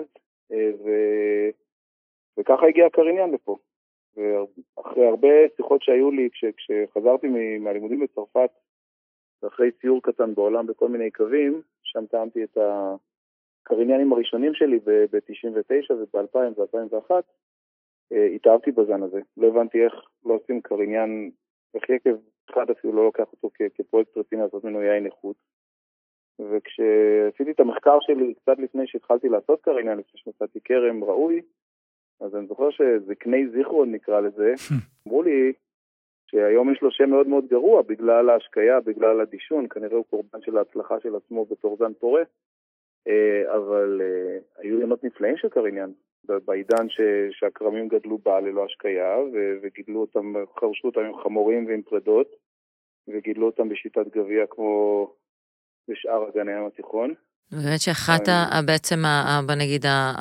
וככה הגיע קריניאן לפה. ואחרי הרבה שיחות שהיו לי, כשחזרתי מהלימודים בצרפת, ואחרי סיור קטן בעולם בכל מיני קווים, שם טעמתי את הקריניאנים הראשונים שלי ב-99 וב-2000 ו-2001, התאהבתי בזן הזה. לא הבנתי איך לא עושים קריניאן, איך יקב אחד אפילו לא לוקח אותו כפרויקט רציני לעשות ממנו יין איכות. וכשעשיתי את המחקר שלי קצת לפני שהתחלתי לעשות קריניאן, לפני שמצאתי קרם ראוי, אז אני זוכר שזקני זיכרון נקרא לזה, אמרו לי שהיום יש לו שם מאוד מאוד גרוע בגלל ההשקיה, בגלל הדישון, כנראה הוא קורבן של ההצלחה של עצמו בתור זן פורה, אבל היו יונות נפלאים של קריניאן, בעידן שהקרמים גדלו בה ללא השקיה, וגידלו אותם, חרשו אותם עם חמורים ועם פרדות, וגידלו אותם בשיטת גביע כמו בשאר אגני הים התיכון. באמת שאחת בעצם, בוא נגיד,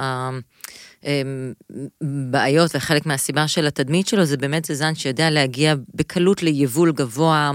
הבעיות וחלק מהסיבה של התדמית שלו, זה באמת זה זן שיודע להגיע בקלות ליבול גבוה,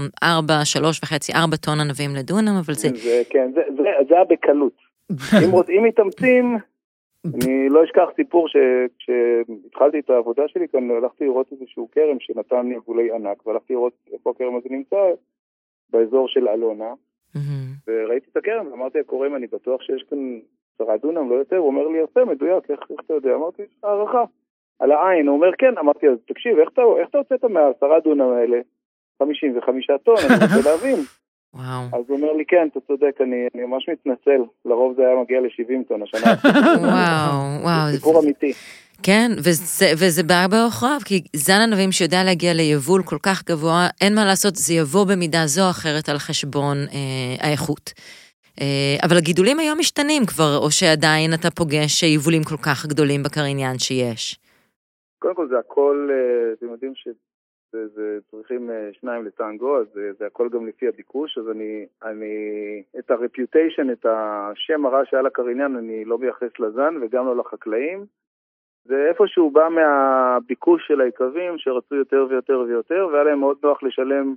4 טון ענבים לדונם, אבל זה... כן, זה היה בקלות. אם מתאמצים, אני לא אשכח סיפור שהתחלתי את העבודה שלי כאן, הלכתי לראות איזשהו קרם שנתן יבולי ענק, והלכתי לראות איפה הקרם הזה נמצא, באזור של אלונה, וראיתי את הקרם, ואמרתי, הקורם, אני בטוח שיש כאן 10 דונם, לא יותר, הוא אומר לי, יפה, מדויק, איך אתה יודע? אמרתי, הערכה, על העין, הוא אומר, כן, אמרתי, אז תקשיב, איך אתה הוצאת מה10 דונם האלה? 55 טון, אני רוצה להבין. אז הוא אומר לי, כן, אתה צודק, אני ממש מתנצל, לרוב זה היה מגיע ל70 טון השנה. וואו. זה סיפור אמיתי. כן, וזה בא בעוכריו, כי זן ענבים שיודע להגיע ליבול כל כך גבוה, אין מה לעשות, זה יבוא במידה זו או אחרת על חשבון האיכות. אבל הגידולים היום משתנים כבר, או שעדיין אתה פוגש יבולים כל כך גדולים בקריניאן שיש? קודם כל זה הכל, אתם יודעים שזה צריכים 2 לטנגו, אז זה הכל גם לפי הביקוש, אז אני את הרפיוטיישן, את השם הרע שהיה לקריניאן, אני לא מייחס לזן וגם לא לחקלאים, זה איפשהו בא מהביקוש של היקבים שרצו יותר ויותר ויותר, והיה להם מאוד נוח לשלם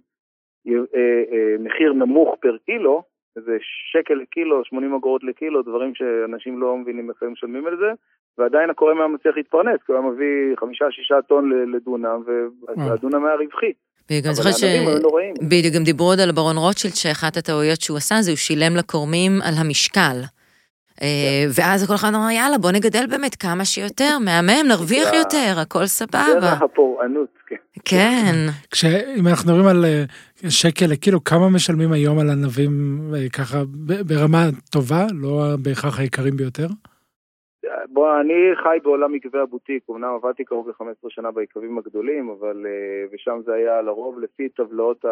מחיר נמוך פר קילו, איזה שקל לקילו, 80 אגורות לקילו, דברים שאנשים לא מבינים איך הם משלמים על זה, ועדיין הקורם היה מצליח להתפרנס, כי הוא היה מביא 5-6 טון לדונם, והדונם היה רווחי. בדיוק, אני זוכרת בדיוק גם דיברו עוד על ברון רוטשילד, שאחת הטעויות שהוא עשה, זה הוא שילם לקורמים על המשקל. ואז כל אחד אמר, יאללה, בוא נגדל באמת כמה שיותר, מהמם, נרוויח יותר, הכל סבבה. זה הפורענות, כן. כן. אם אנחנו מדברים על שקל לקילו, כמה משלמים היום על ענבים ככה ברמה טובה, לא בהכרח היקרים ביותר? אני חי בעולם יקבי הבוטיק, אמנם עבדתי קרוב ל-15 שנה ביקבים הגדולים, אבל ושם זה היה לרוב לפי טבלאות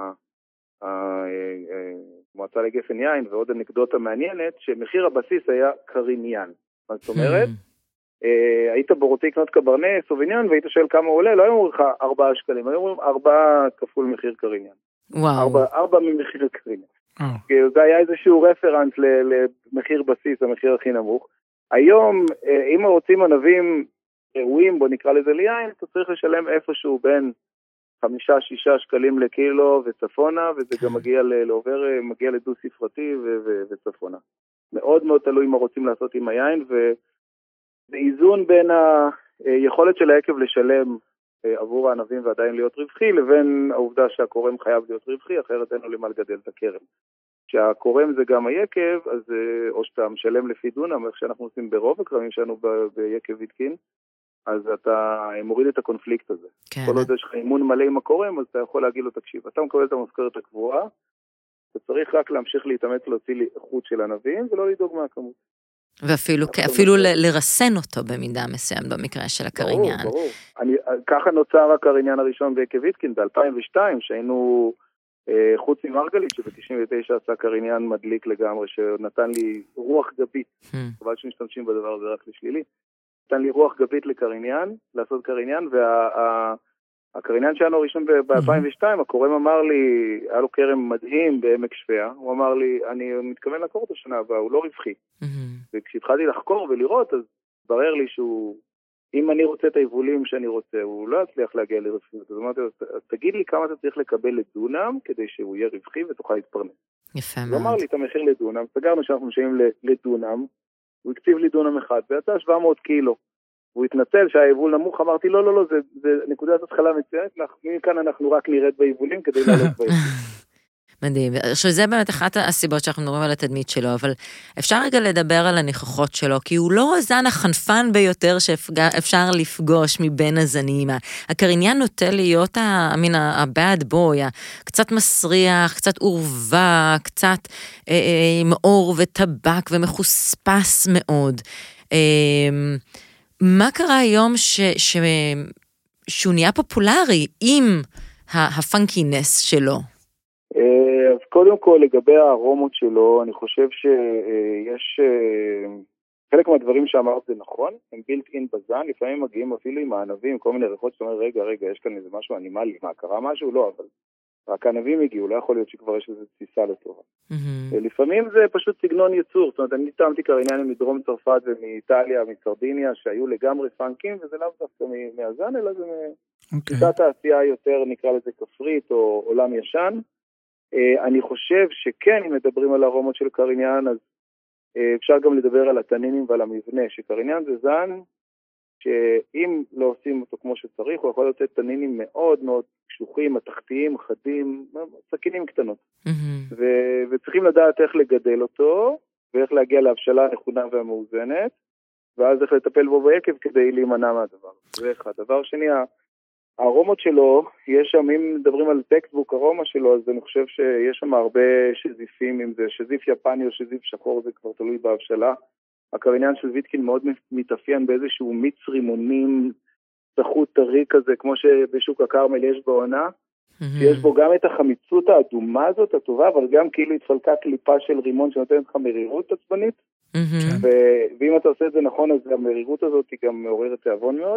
המועצה לגפן יין, ועוד אנקדוטה מעניינת, שמחיר הבסיס היה קריניאן. מה זאת אומרת? היית רוצה לקנות קברנה, סוביניון, והיית שואל כמה עולה, לא היו אומרים לך 4 שקלים, היו אומרים 4 כפול מחיר קריניאן. וואו. 4 ממחיר קריניאן. זה היה איזשהו רפרנס למחיר בסיס, המחיר הכי נמוך. היום, אם רוצים ענבים ראויים, בוא נקרא לזה ליין, אתה צריך לשלם איפשהו בין 5-6 שקלים לקילו וצפונה, וזה גם מגיע לדו ספרתי וצפונה. מאוד מאוד תלוי מה רוצים לעשות עם היין, ואיזון בין היכולת של היקב לשלם עבור הענבים ועדיין להיות רווחי, לבין העובדה שהקורם חייב להיות רווחי, אחרת אין לו למה לגדל את הכרם. כשהקורם זה גם היקב, אז או שאתה משלם לפי דונם, איך שאנחנו עושים ברוב הכרמים שלנו ביקב ויתקין, אז אתה מוריד את הקונפליקט הזה. כן. כל עוד יש לך אימון מלא עם הקורם, אז אתה יכול להגיד לו, תקשיב, אתה מקבל את המשכורת הקבועה, אתה צריך רק להמשיך להתאמץ להוציא לי איכות של ענבים, ולא לדאוג מהכמות. ואפילו לרסן אותו במידה מסוים במקרה של הקריניאן. ברור. ככה נוצר הקריניאן הראשון ביקב ויתקין ב-2002, שהיינו חוץ ממרגלית, שב-99 עשה קריניאן מדליק לגמרי, שנתן לי רוח גבית, חבל שמשתמשים בדבר הזה רק לשלילי, נתן לי רוח גבית לקריניאן, לעשות קריניאן, והקריניאן שלנו הראשון ב-2002, הקורם אמר לי, היה לו קרם מדהים בעמק שפיה, הוא אמר לי, אני מתכוון לקור אותו שנה הבאה, הוא לא רווחי. וכשהתחלתי לחקור ולראות, אז ברר לי שהוא, אם אני רוצה את היבולים שאני רוצה, הוא לא יצליח להגיע לרווחיות. אז אמרתי, תגיד לי כמה אתה צריך לקבל לדונם, כדי שהוא יהיה רווחי ותוכל להתפרנס. יפה מאוד. הוא אמר לי את המחיר לדונם, סגרנו שאנחנו משלמים לדונם, הוא הקציב לי דונם אחד, ויצא 700 קילו. הוא התנצל שהיבול נמוך, אמרתי, לא, זה נקודת התחלה מצוינת, מכאן אנחנו רק נרד ביבולים כדי לעלות ביבולים. מדהים, שזה באמת אחת הסיבות שאנחנו מדברים על התדמית שלו, אבל אפשר רגע לדבר על הניחוחות שלו, כי הוא לא הזן החנפן ביותר שאפשר לפגוש מבין הזנים. הקריניאן נוטה להיות הבad boy, קצת מסריח, קצת עורבה, קצת מאור וטבק ומחוספס מאוד. מה קרה היום שהוא נהיה פופולרי עם הפאנקינס שלו? אז קודם כל לגבי הארומות שלו, אני חושב שיש חלק מהדברים שאמרת זה נכון, הם בילט אין בזן, לפעמים מגיעים אפילו עם הענבים, כל מיני ריחות, זאת אומרת, רגע, יש כאן איזה משהו אנימלי, מה, קרה משהו? לא, אבל רק הענבים הגיעו, לא יכול להיות שכבר יש איזו תסיסה לטובה. לפעמים זה פשוט סגנון יצור, זאת אומרת, אני טעמתי קריניאנים מדרום צרפת ומאיטליה, מסרדיניה, שהיו לגמרי פאנקים, וזה לאו דווקא מהזן, אלא זה משיטת העשייה יותר, נקרא לזה כפרית או עולם ישן. אני חושב שכן, אם מדברים על ארומות של קריניאן, אז אפשר גם לדבר על הטנינים ועל המבנה, שקריניאן זה זן, שאם לא עושים אותו כמו שצריך, הוא יכול לתת טנינים מאוד מאוד קשוחים, מתחתיים, חדים, סכינים קטנות. וצריכים לדעת איך לגדל אותו, ואיך להגיע להבשלה הנכונה והמאוזנת, ואז איך לטפל בו ביקב כדי להימנע מהדבר. זה אחד. דבר שני, הארומות שלו, יש שם, אם מדברים על טקסטבוק ארומה שלו, אז אני חושב שיש שם הרבה שזיפים, אם זה שזיף יפני או שזיף שחור, זה כבר תלוי בהבשלה. הקריניאן של ויתקין מאוד מתאפיין באיזשהו מיץ רימונים, צחות טרי כזה, כמו שבשוק הכרמל יש בעונה, שיש בו גם את החמיצות האדומה הזאת הטובה, אבל גם כאילו התפלקה קליפה של רימון שנותנת לך מרירות עצבנית, ואם אתה עושה את זה נכון, אז המרירות הזאת היא גם מעוררת תיאבון מאוד.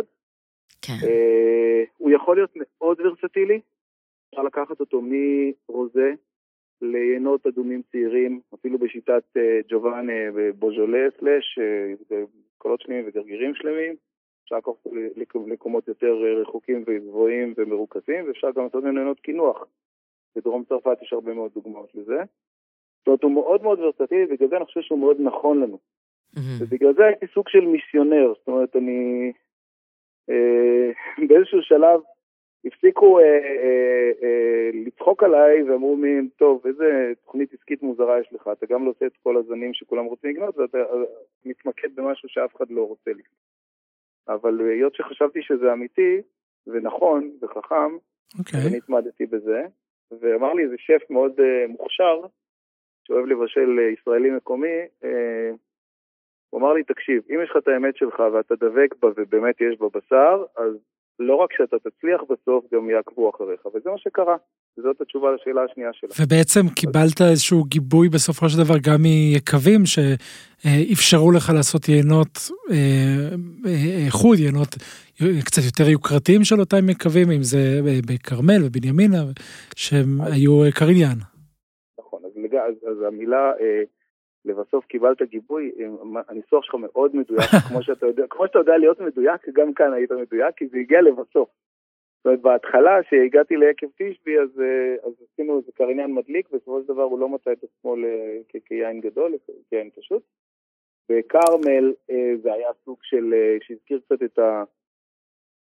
הוא יכול להיות מאוד ורסטילי, אפשר לקחת אותו מרוזה לינות אדומים צעירים, אפילו בשיטת ג'ובאן בוז'ולה סלש, קולות שלמים וגרגירים שלמים, אפשר לקחת לקומות יותר רחוקים וגבוהים ומרוכזים, ואפשר גם לעשות לינות קינוח. בדרום צרפת יש הרבה מאוד דוגמאות לזה. זאת אומרת, הוא מאוד מאוד ורסטילי, ובגלל זה אני חושב שהוא מאוד נכון לנו. ובגלל זה הייתי סוג של מיסיונר, זאת אומרת, אני באיזשהו שלב הפסיקו לצחוק עליי ואמרו לי, טוב, איזה תוכנית עסקית מוזרה יש לך, אתה גם לא עושה את כל הזנים שכולם רוצים לקנות, ואתה מתמקד במשהו שאף אחד לא רוצה לקנות. אבל היות שחשבתי שזה אמיתי ונכון וחכם, אני התמדתי בזה, ואמר לי, זה שף מאוד מוכשר, שאוהב לבשל ישראלי מקומי, הוא אמר לי, תקשיב, אם יש לך את האמת שלך ואתה דבק בה ובאמת יש בה בשר, אז לא רק שאתה תצליח בסוף, גם יעקבו אחריך, וזה מה שקרה. וזאת התשובה לשאלה השנייה שלה. ובעצם קיבלת איזשהו גיבוי בסופו של דבר גם מיקבים שאפשרו לך לעשות יינות איכות, יינות קצת יותר יוקרתיים של אותם יקבים, אם זה בקרמל ובנימינה, שהם היו קריניאן. נכון, אז המילה לבסוף קיבלת גיבוי, הניסוח שלך מאוד מדויק, כמו שאתה יודע להיות מדויק, גם כאן היית מדויק, כי זה הגיע לבסוף. זאת אומרת, בהתחלה שהגעתי ליקב תשבי, אז עשינו איזה קריניאן מדליק, בסופו של דבר הוא לא מצא את עצמו כיין גדול, כיין פשוט. בקרמל זה היה סוג של, שהזכיר קצת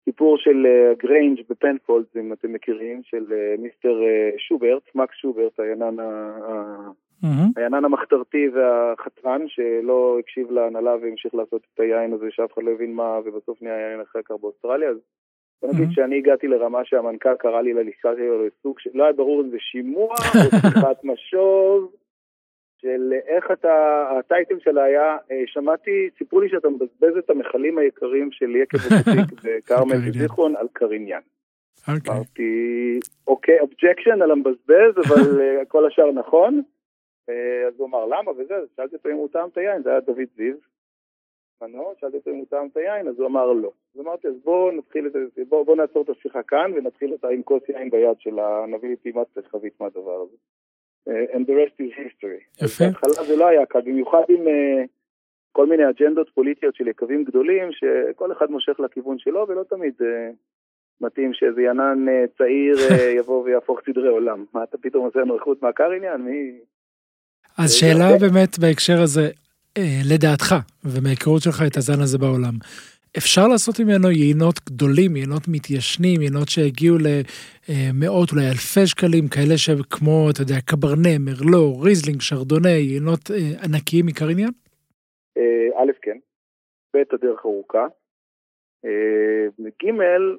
סיפור של גריינג' בפנפולד, אם אתם מכירים, של מיסטר שוברט, מקס שוברט, היענן המחתרתי והחתרן, שלא הקשיב להנהלה והמשיך לעשות את היין הזה, שאף אחד לא הבין מה, ובסוף נהיה יין אחר כך באוסטרליה. אז בוא נגיד שאני הגעתי לרמה שהמנכ"ל קרא לי ללשכה שלו לסוג, לא היה ברור אם זה שימוע או שיחת משוב, של איך הטייטל שלה היה, שמעתי, סיפרו לי שאתה מבזבז את המחלים היקרים של יקב ופתיק וקרמל וזיכרון על קריניאן. אמרתי, אוקיי, אובג'קשן על המבזבז, אבל כל השאר נכון. אז הוא אמר, למה? וזה, שאלתי אותו אם הוא טעם את היין, זה היה דוד זיו. שאלתי אותו אם הוא טעם את היין, אז הוא אמר לא. אז אמרתי, אז בואו נעצור את השיחה כאן, ונתחיל אותה עם כוס יין ביד שלה, נביא לי טימת חבית מהדבר הזה. And the rest is history. יפה. בהתחלה זה לא היה קל, במיוחד עם כל מיני אג'נדות פוליטיות של יקבים גדולים, שכל אחד מושך לכיוון שלו, ולא תמיד מתאים שאיזה ינן צעיר יבוא ויהפוך סדרי עולם. מה אתה פתאום עושה נוחות מהקריניאן? אז שאלה באמת בהקשר הזה, לדעתך, ומהיכרות שלך את הזן הזה בעולם, אפשר לעשות ממנו יינות גדולים, יינות מתיישנים, יינות שהגיעו למאות, אולי אלפי שקלים, כאלה שכמו, אתה יודע, קברנה, מרלו, ריזלינג, שרדונה, יינות ענקיים מקריניאן? א', כן. ב', הדרך ארוכה. ג',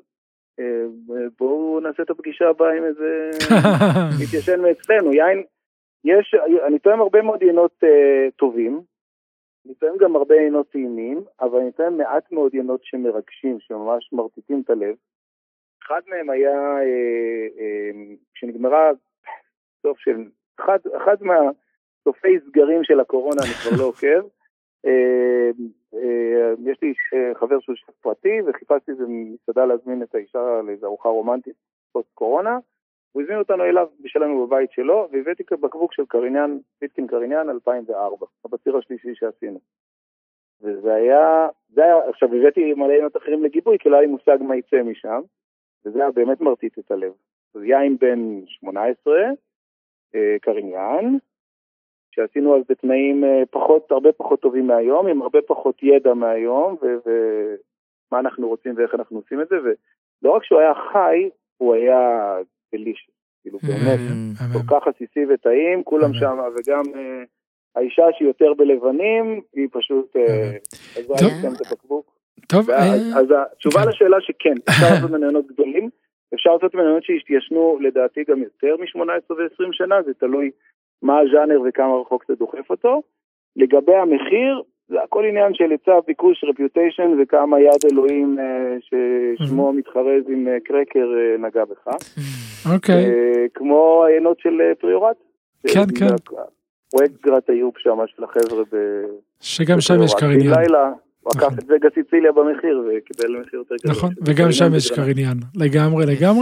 בואו נעשה את הפגישה הבאה עם איזה מתיישן מאצלנו. יין, אני טועם הרבה מאוד יינות טובים, אני טועם גם הרבה יינות טעימים, אבל אני טועם מעט מאוד יינות שמרגשים, שממש מרטיטים את הלב. אחד מהם היה, כשנגמרה סוף של, אחד מהסופי סגרים של הקורונה, אני כבר לא עוקב, יש לי חבר שהוא שף פרטי, וחיפשתי איזה מסעדה להזמין את האישה לאיזו ארוחה רומנטית פוסט קורונה, הוא הזמין אותנו אליו בשלנו בבית שלו, והבאתי בקבוק של קריניאן, ויטקין קריניאן 2004, הבציר השלישי שעשינו. וזה היה, עכשיו הבאתי מלא יינות אחרים לגיבוי, כי לא היה לי מושג מה יצא משם, וזה היה באמת מרטיט את הלב. אז יין בן 18, קריניאן, שעשינו אז בתנאים הרבה פחות טובים מהיום, עם הרבה פחות ידע מהיום, ומה אנחנו רוצים ואיך אנחנו עושים את זה, ולא רק שהוא היה חי, הוא היה דליש, כאילו באמת, כל כך עסיסי וטעים, כולם שם, וגם האישה שהיא יותר בלבנים, היא פשוט, אז היה לסיים את הבקבוק. טוב. אז התשובה לשאלה שכן, אפשר לעשות מנהנות גדולים, אפשר לעשות מנהנות שהשתיישנו לדעתי גם יותר מ-18 ו-20 שנה, זה תלוי מה הז'אנר וכמה רחוק זה דוחף אותו. לגבי המחיר, זה הכל עניין של היצע, ביקוש, רפיוטיישן, וכמה יד אלוהים ששמו מתחרז עם קרקר נגע בך. אוקיי. כמו העיינות של פריורט. כן, כן. פרויקט גרת איוב שם של החבר'ה שגם שם יש קריניאן. בלילה, הוא עקף את זה גסיציליה במחיר, וקיבל מחיר יותר גדול. נכון, וגם שם יש קריניאן. לגמרי.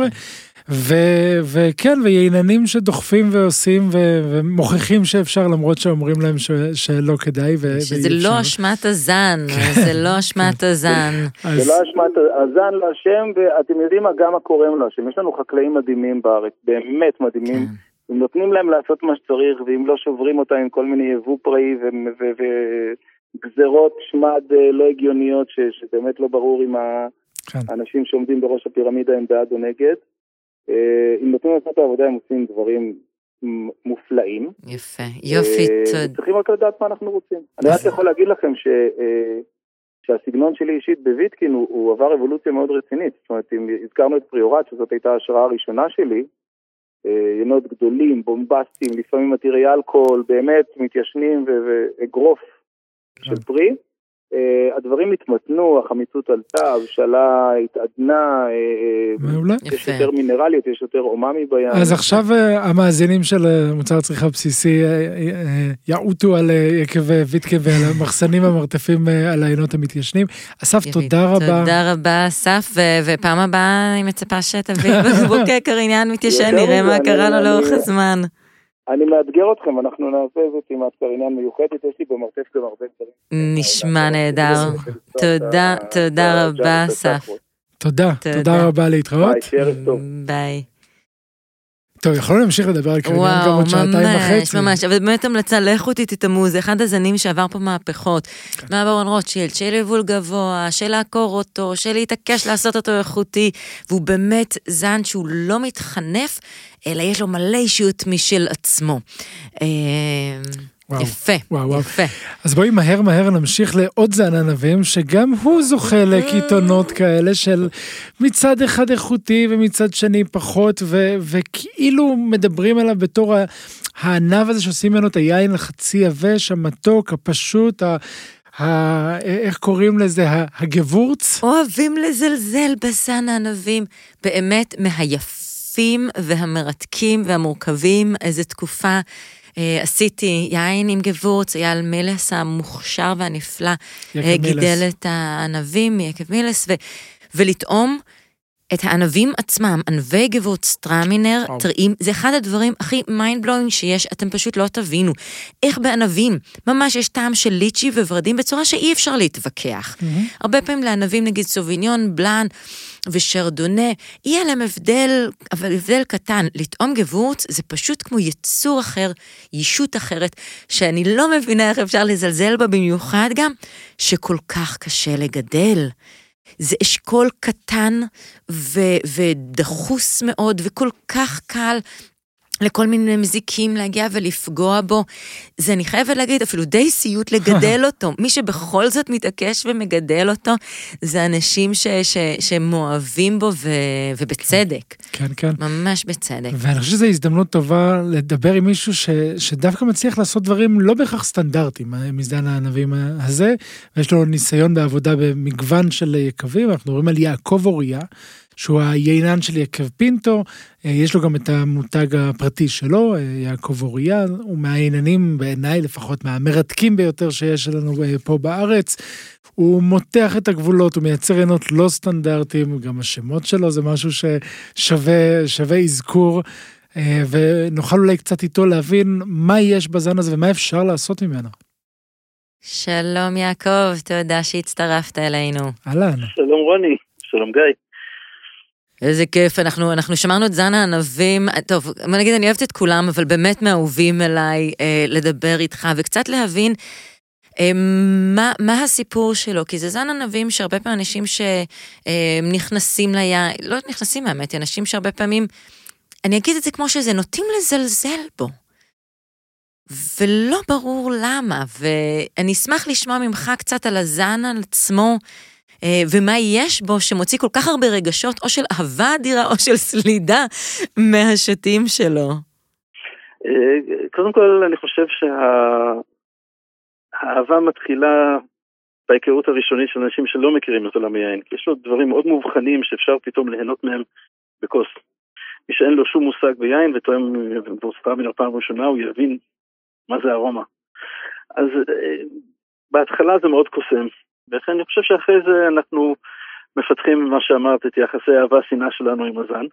וכן, וייננים שדוחפים ועושים ומוכיחים שאפשר, למרות שאומרים להם שלא כדאי. שזה לא אשמת הזן, זה לא אשמת הזן. זה לא אשמת הזן לא אשם, ואתם יודעים מה גם הקוראים לו אשם. יש לנו חקלאים מדהימים בארץ, באמת מדהימים. אם נותנים להם לעשות מה שצריך, ואם לא שוברים אותם עם כל מיני יבוא פראי וגזרות שמד לא הגיוניות, שבאמת לא ברור אם האנשים שעומדים בראש הפירמידה הם בעד או נגד. אם נותנים לעשות את העבודה, הם עושים דברים מופלאים. יפה, יופי, תודה. צריכים רק לדעת מה אנחנו רוצים. אני רק יכול להגיד לכם שהסגנון שלי אישית בוויטקין הוא עבר אבולוציה מאוד רצינית. זאת אומרת, אם הזכרנו את פריורט, שזאת הייתה ההשראה הראשונה שלי, יינות גדולים, בומבסטיים, לפעמים עתירי אלכוהול, באמת מתיישנים ואגרוף של פרי. הדברים התמתנו, החמיצות עלתה, הבשלה התעדנה, יש יותר מינרליות, יש יותר אוממי בים. אז עכשיו המאזינים של מוצר צריכה בסיסי יעוטו על יקב ויטקין ועל המחסנים המרתפים על העיינות המתיישנים. אסף, תודה רבה. תודה רבה, אסף, ופעם הבאה אני מצפה שתביא בקבוק קריניאן מתיישן, נראה מה קרה לו לאורך הזמן. אני מאתגר אתכם, אנחנו נעשה זאת עם קריניאן מיוחדת, יש לי במרתף גם הרבה דברים. נשמע נהדר. תודה רבה, אסף. תודה רבה להתראות. ביי. טוב, יכולנו להמשיך לדבר על קריניאן גם עוד שעתיים וחצי. ממש, אבל באמת המלצה, לכו תתאמו, זה אחד הזנים שעבר פה מהפכות, מהברון רוטשילד, של יבול גבוה, של לעקור אותו, של להתעקש לעשות אותו איכותי, והוא באמת זן שהוא לא מתחנף, אלא יש לו מלא אישיות משל עצמו. יפה, יפה. אז בואי מהר נמשיך לעוד זן ענבים, שגם הוא זוכה לקיתונות כאלה של מצד אחד איכותי ומצד שני פחות, וכאילו מדברים עליו בתור הענב הזה שעושים ממנו את היין החצי יבש, המתוק, הפשוט, איך קוראים לזה? הגבורץ? אוהבים לזלזל בזן הענבים, באמת מהיפים והמרתקים והמורכבים, איזו תקופה עשיתי יין עם גבורץ, אייל מילס המוכשר והנפלא, גידל את הענבים מיקב מילס, ולטעום את הענבים עצמם, ענבי גבורץ טרמינר, תראים, זה אחד הדברים הכי mind blowing שיש, אתם פשוט לא תבינו. איך בענבים, ממש יש טעם של ליצ'י וורדים בצורה שאי אפשר להתווכח. הרבה פעמים לענבים נגיד סוביניון, בלן ושרדונה, יהיה להם הבדל, אבל הבדל קטן. לטעום גבורץ זה פשוט כמו יצור אחר, ישות אחרת, שאני לא מבינה איך אפשר לזלזל בה, במיוחד גם שכל כך קשה לגדל. זה אשכול קטן ודחוס מאוד וכל כך קל לכל מיני מזיקים להגיע ולפגוע בו. זה אני חייבת להגיד, אפילו די סיוט לגדל אותו. מי שבכל זאת מתעקש ומגדל אותו, זה אנשים שמואבים בו ובצדק. כן, כן. ממש בצדק. ואני חושב שזו הזדמנות טובה לדבר עם מישהו שדווקא מצליח לעשות דברים לא בהכרח סטנדרטיים, מזן הענבים הזה, ויש לו ניסיון בעבודה במגוון של יקבים, אנחנו מדברים על יעקב אוריה, שהוא היינן של יקב פינטו, יש לו גם את המותג הפרטי שלו, יעקב אוריה, הוא מהייננים בעיניי לפחות מהמרתקים ביותר שיש לנו פה בארץ, הוא מותח את הגבולות, הוא מייצר עינות לא סטנדרטיים, גם השמות שלו זה משהו ששווה אזכור, ונוכל אולי קצת איתו להבין מה יש בזן הזה ומה אפשר לעשות ממנו. שלום יעקב, תודה שהצטרפת אלינו. אהלן. שלום רוני, שלום גיא. איזה כיף, אנחנו שמענו את זן הענבים, טוב, מה נגיד, אני אוהבת את כולם, אבל באמת מאהובים אליי לדבר איתך, וקצת להבין מה הסיפור שלו, כי זה זן ענבים שהרבה פעמים אנשים שנכנסים ליין, לא נכנסים האמת, אנשים שהרבה פעמים, אני אגיד את זה כמו שזה, נוטים לזלזל בו, ולא ברור למה, ואני אשמח לשמוע ממך קצת על הזן על עצמו, ומה יש בו שמוציא כל כך הרבה רגשות, או של אהבה אדירה, או של סלידה מהשתים שלו? קודם כל, אני חושב שהאהבה מתחילה בהיכרות הראשונית של אנשים שלא מכירים את עולם היין, כי יש לו דברים מאוד מובחנים שאפשר פתאום ליהנות מהם בכוס. מי שאין לו שום מושג ביין, וטועם מן הפעם ראשונה, הוא יבין מה זה ארומה. אז בהתחלה זה מאוד קוסם. ולכן אני חושב שאחרי זה אנחנו מפתחים מה שאמרת, את יחסי אהבה שנאה שלנו עם הזן.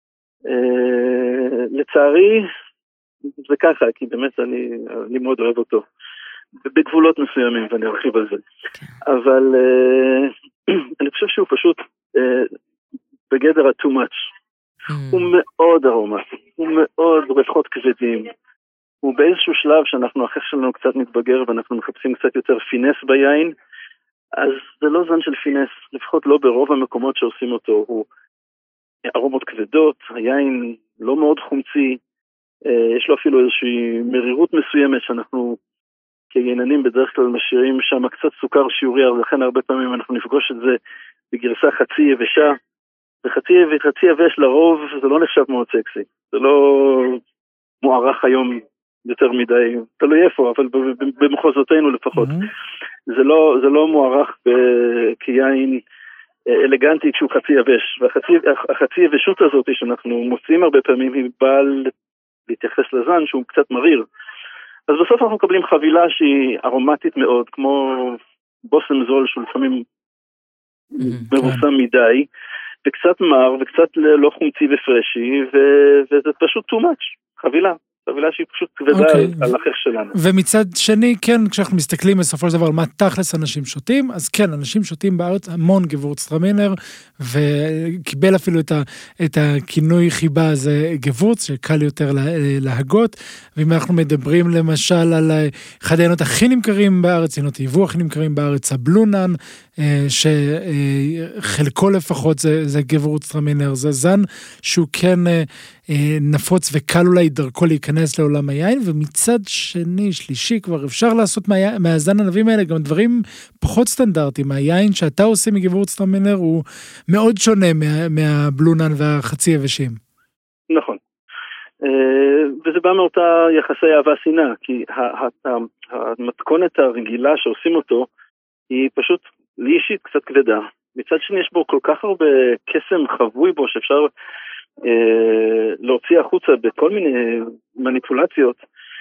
לצערי זה ככה, כי באמת אני מאוד אוהב אותו. בגבולות מסוימים, ואני ארחיב על זה. אבל אני חושב שהוא פשוט בגדר ה-too much. הוא מאוד ארומטי, הוא מאוד ריחות כבדים. הוא באיזשהו שלב שאנחנו, החך שלנו קצת מתבגר, ואנחנו מחפשים קצת יותר פינס ביין, אז זה לא זן של פינס, לפחות לא ברוב המקומות שעושים אותו, הוא ארומות כבדות, היין לא מאוד חומצי, יש לו אפילו איזושהי מרירות מסוימת שאנחנו כייננים בדרך כלל משאירים שם קצת סוכר שיעורי, לכן הרבה פעמים אנחנו נפגוש את זה בגרסה חצי יבשה, וחצי יבש לרוב זה לא נחשב מאוד סקסי, זה לא מוערך היום יותר מדי, תלוי איפה, אבל במחוזותינו לפחות. זה לא מוערך כיין אלגנטי כשהוא חצי יבש, והחצי יבשות הזאת שאנחנו מוצאים הרבה פעמים היא באה להתייחס לזן שהוא קצת מריר. אז בסוף אנחנו מקבלים חבילה שהיא ארומטית מאוד, כמו בושם זול שהוא לפעמים מבוסם מדי, וקצת מר וקצת לא חומצי ופרשי, וזה פשוט too much, חבילה. חבילה שהיא פשוט כבדה על החך שלנו. ומצד שני, כן, כשאנחנו מסתכלים בסופו של דבר על מה תכלס אנשים שותים, אז כן, אנשים שותים בארץ המון גבורצטרמינר, וקיבל אפילו את הכינוי חיבה הזה גבורץ, שקל יותר להגות, ואם אנחנו מדברים למשל על אחד העיינות הכי נמכרים בארץ, עיינות היבוא הכי נמכרים בארץ, הבלונן, שחלקו לפחות זה גבורצטרמינר, זה זן שהוא כן נפוץ וקל אולי דרכו להיכנס לעולם היין, ומצד שני, שלישי, כבר אפשר לעשות מהזן ענבים האלה גם דברים פחות סטנדרטיים. היין שאתה עושה מגבורצטרמינר הוא מאוד שונה מהבלונן והחצי יבשים. נכון. וזה בא מאותה יחסי אהבה שנאה, כי המתכונת הרגילה שעושים אותו, היא פשוט לי אישית קצת כבדה. מצד שני יש בו כל כך הרבה קסם חבוי בו שאפשר להוציא החוצה בכל מיני מניפולציות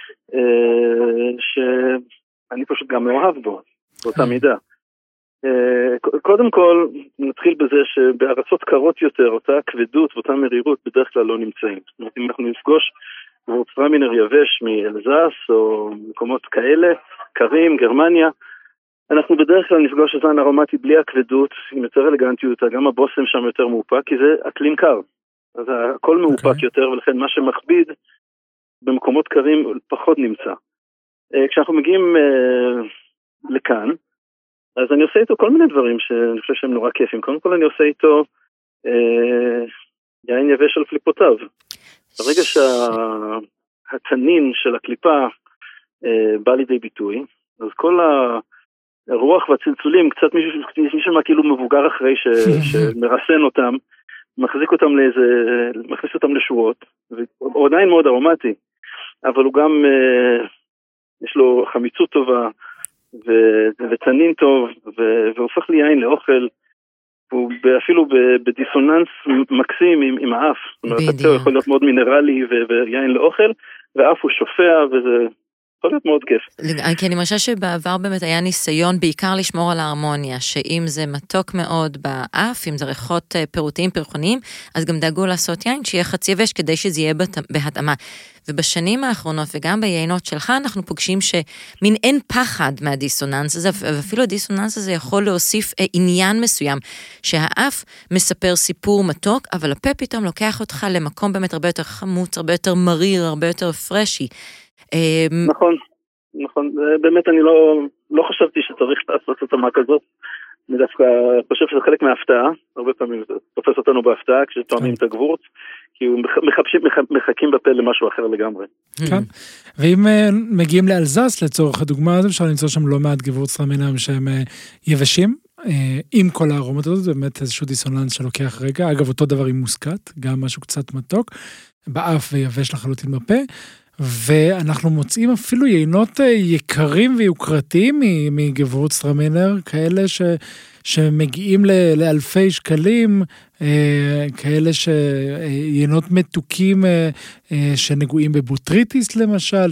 שאני פשוט גם מאוהב בו, באותה מידה. קודם כל נתחיל בזה שבארצות קרות יותר, אותה כבדות ואותה מרירות בדרך כלל לא נמצאים. זאת אומרת, אם אנחנו נפגוש גבורצטרמינר יבש מאלזס או מקומות כאלה, קרים, גרמניה, אנחנו בדרך כלל נפגוש זן ארומטי בלי הכבדות, עם יותר אלגנטיות, גם הבוסם שם יותר מאופק, כי זה אקלים קר. אז הכל מאופק יותר, ולכן מה שמכביד במקומות קרים פחות נמצא. כשאנחנו מגיעים לכאן, אז אני עושה איתו כל מיני דברים שאני חושב שהם נורא כיפים. קודם כל אני עושה איתו יין יבש על קליפותיו. ברגע שהתנין של הקליפה בא לידי ביטוי, אז כל הרוח והצלצולים, קצת מישהו מה כאילו מבוגר אחרי שמרסן אותם, מחזיק אותם מכניס אותם לשורות, הוא עדיין מאוד ארומטי, אבל הוא גם, יש לו חמיצות טובה, ותנין טוב, והופך לי יין לאוכל, הוא אפילו בדיסוננס מקסים עם האף, זאת אומרת, הצער יכול להיות מאוד מינרלי ויין לאוכל, והאף הוא שופע, וזה יכול להיות מאוד כיף. כי אני מרשה שבעבר באמת היה ניסיון בעיקר לשמור על ההרמוניה, שאם זה מתוק מאוד באף, אם זה ריחות פירותיים פרחוניים, אז גם דאגו לעשות יין שיהיה חצי יבש כדי שזה יהיה בהתאמה. ובשנים האחרונות וגם ביינות שלך אנחנו פוגשים שמין אין פחד מהדיסוננס הזה, ואפילו הדיסוננס הזה יכול להוסיף עניין מסוים, שהאף מספר סיפור מתוק, אבל הפה פתאום לוקח אותך למקום באמת הרבה יותר חמוץ, הרבה יותר מריר, הרבה יותר פרשי. נכון, באמת אני לא חשבתי שצריך לעשות את המה כזאת, אני דווקא חושב שזה חלק מההפתעה, הרבה פעמים זה תופס אותנו בהפתעה כשתואמים את הגבורץ, כי מחכים בפה למשהו אחר לגמרי. כן, ואם מגיעים לאלזס לצורך הדוגמה הזו, אפשר למצוא שם לא מעט גבורצטרמינרים שהם יבשים, עם כל הארומות הזאת, זה באמת איזשהו דיסוננס שלוקח רגע, אגב אותו דבר עם מוסקת, גם משהו קצת מתוק, באף ויבש לחלוטין בפה, ואנחנו מוצאים אפילו יינות יקרים ויוקרתיים מגבורצטרמינר, כאלה שמגיעים לאלפי שקלים, כאלה שיינות מתוקים שנגועים בבוטריטיס למשל,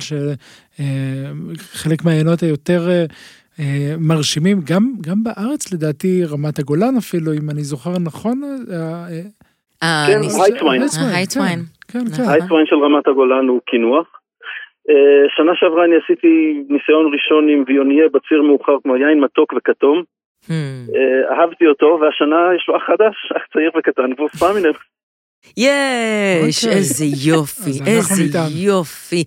שחלק מהיינות היותר מרשימים, גם בארץ לדעתי רמת הגולן אפילו, אם אני זוכר נכון, כן, הייטוויין. הייטוויין של רמת הגולן הוא כינוח. שנה שעברה אני עשיתי ניסיון ראשון עם ויוניה בציר מאוחר כמו יין מתוק וכתום. אהבתי אותו, והשנה יש לו אח חדש, אח צעיר וקטן, גבורצטרמינר. יש, איזה יופי, איזה יופי.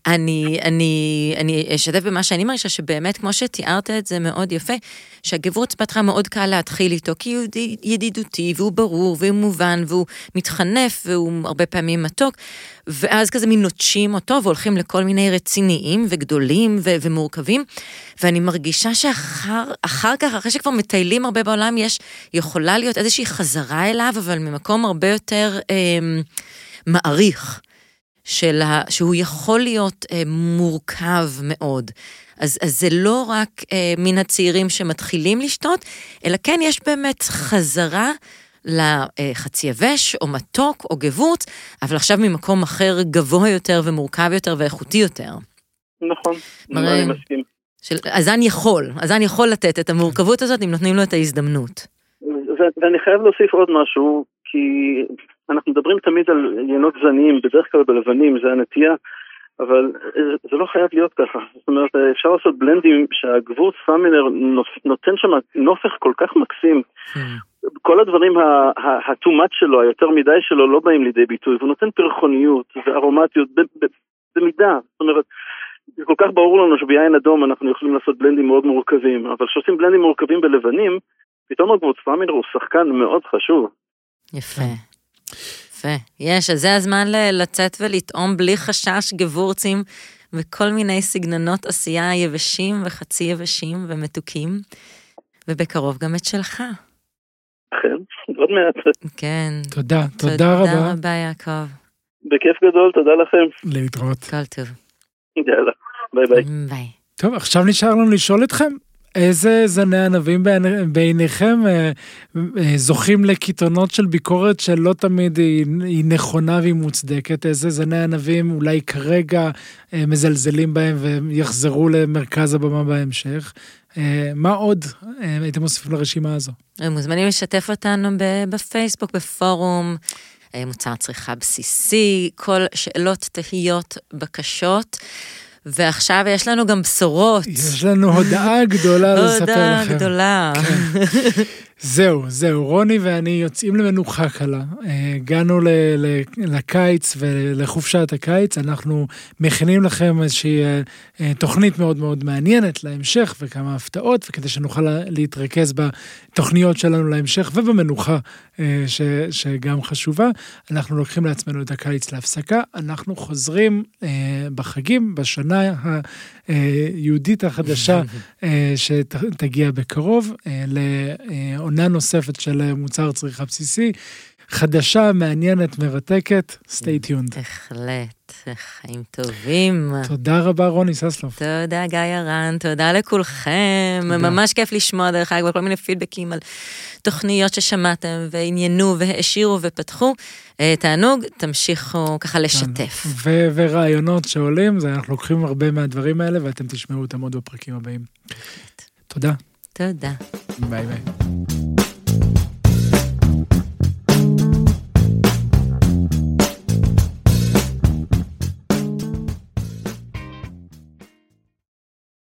אני אשתף במה שאני מרגישה שבאמת, כמו שתיארת את זה מאוד יפה, שהגבורץ בהתחלה מאוד קל להתחיל איתו, כי הוא ידידותי, והוא ברור, והוא מובן, והוא מתחנף, והוא הרבה פעמים מתוק, ואז כזה נוטשים אותו, והולכים לכל מיני רציניים וגדולים ומורכבים, ואני מרגישה שאחר כך, אחרי שכבר מטיילים הרבה בעולם, יכולה להיות איזושהי חזרה אליו, אבל ממקום הרבה יותר מעריך, שהוא יכול להיות מורכב מאוד. אז זה לא רק מן הצעירים שמתחילים לשתות, אלא כן יש באמת חזרה לחצי יבש, או מתוק, או גבורץ, אבל עכשיו ממקום אחר גבוה יותר ומורכב יותר ואיכותי יותר. נכון, אני מסכים. הזן יכול לתת את המורכבות הזאת, אם נותנים לו את ההזדמנות. ואני חייב להוסיף עוד משהו, כי אנחנו מדברים תמיד על יינות זנים, בדרך כלל בלבנים, זה הנטייה, אבל זה לא חייב להיות ככה. זאת אומרת, אפשר לעשות בלנדים שהגבורץ פאמינר נותן שם נופך כל כך מקסים. כל הדברים ה-too much שלו, היותר מדי שלו, לא באים לידי ביטוי, והוא נותן פרחוניות וארומטיות במידה. זאת אומרת, זה כל כך ברור לנו שביין אדום אנחנו יכולים לעשות בלנדים מאוד מורכבים, אבל כשעושים בלנדים מורכבים בלבנים, פתאום הגבורץ פאמינר הוא שחקן מאוד חשוב. יפה. יש, אז זה הזמן לצאת ולטעום בלי חשש גבורצים וכל מיני סגנונות עשייה יבשים וחצי יבשים ומתוקים, ובקרוב גם את שלך. אכן, עוד מעט. כן. תודה רבה. תודה רבה, יעקב. בכיף גדול, תודה לכם. להתראות. כל טוב. יאללה, ביי ביי. ביי. טוב, עכשיו נשאר לנו לשאול אתכם. איזה זני ענבים בעיניכם זוכים לקיתונות של ביקורת שלא תמיד היא נכונה והיא מוצדקת? איזה זני ענבים אולי כרגע מזלזלים בהם ויחזרו למרכז הבמה בהמשך? מה עוד הייתם מוסיפים לרשימה הזו? מוזמנים לשתף אותנו בפייסבוק, בפורום, מוצר צריכה בסיסי, כל שאלות, תהיות, בקשות. ועכשיו יש לנו גם בשורות. יש לנו הודעה גדולה לספר לכם. הודעה גדולה. זהו, רוני ואני יוצאים למנוחה קלה. הגענו לקיץ ולחופשת הקיץ, אנחנו מכינים לכם איזושהי תוכנית מאוד מאוד מעניינת להמשך וכמה הפתעות, וכדי שנוכל להתרכז בתוכניות שלנו להמשך ובמנוחה שגם חשובה, אנחנו לוקחים לעצמנו את הקיץ להפסקה, אנחנו חוזרים בחגים, בשנה היהודית החדשה שתגיע בקרוב, לעונה נוספת של מוצר צריכה בסיסי, חדשה, מעניינת, מרתקת, stay tuned. בהחלט, חיים טובים. תודה רבה רוני ססלוף. תודה גיא הרן, תודה לכולכם, ממש כיף לשמוע דרך אגב, כל מיני פידבקים על תוכניות ששמעתם ועניינו והעשירו ופתחו, תענוג, תמשיכו ככה לשתף. ורעיונות שעולים, אנחנו לוקחים הרבה מהדברים האלה ואתם תשמעו אותם עוד בפרקים הבאים. תודה. תודה. ביי ביי.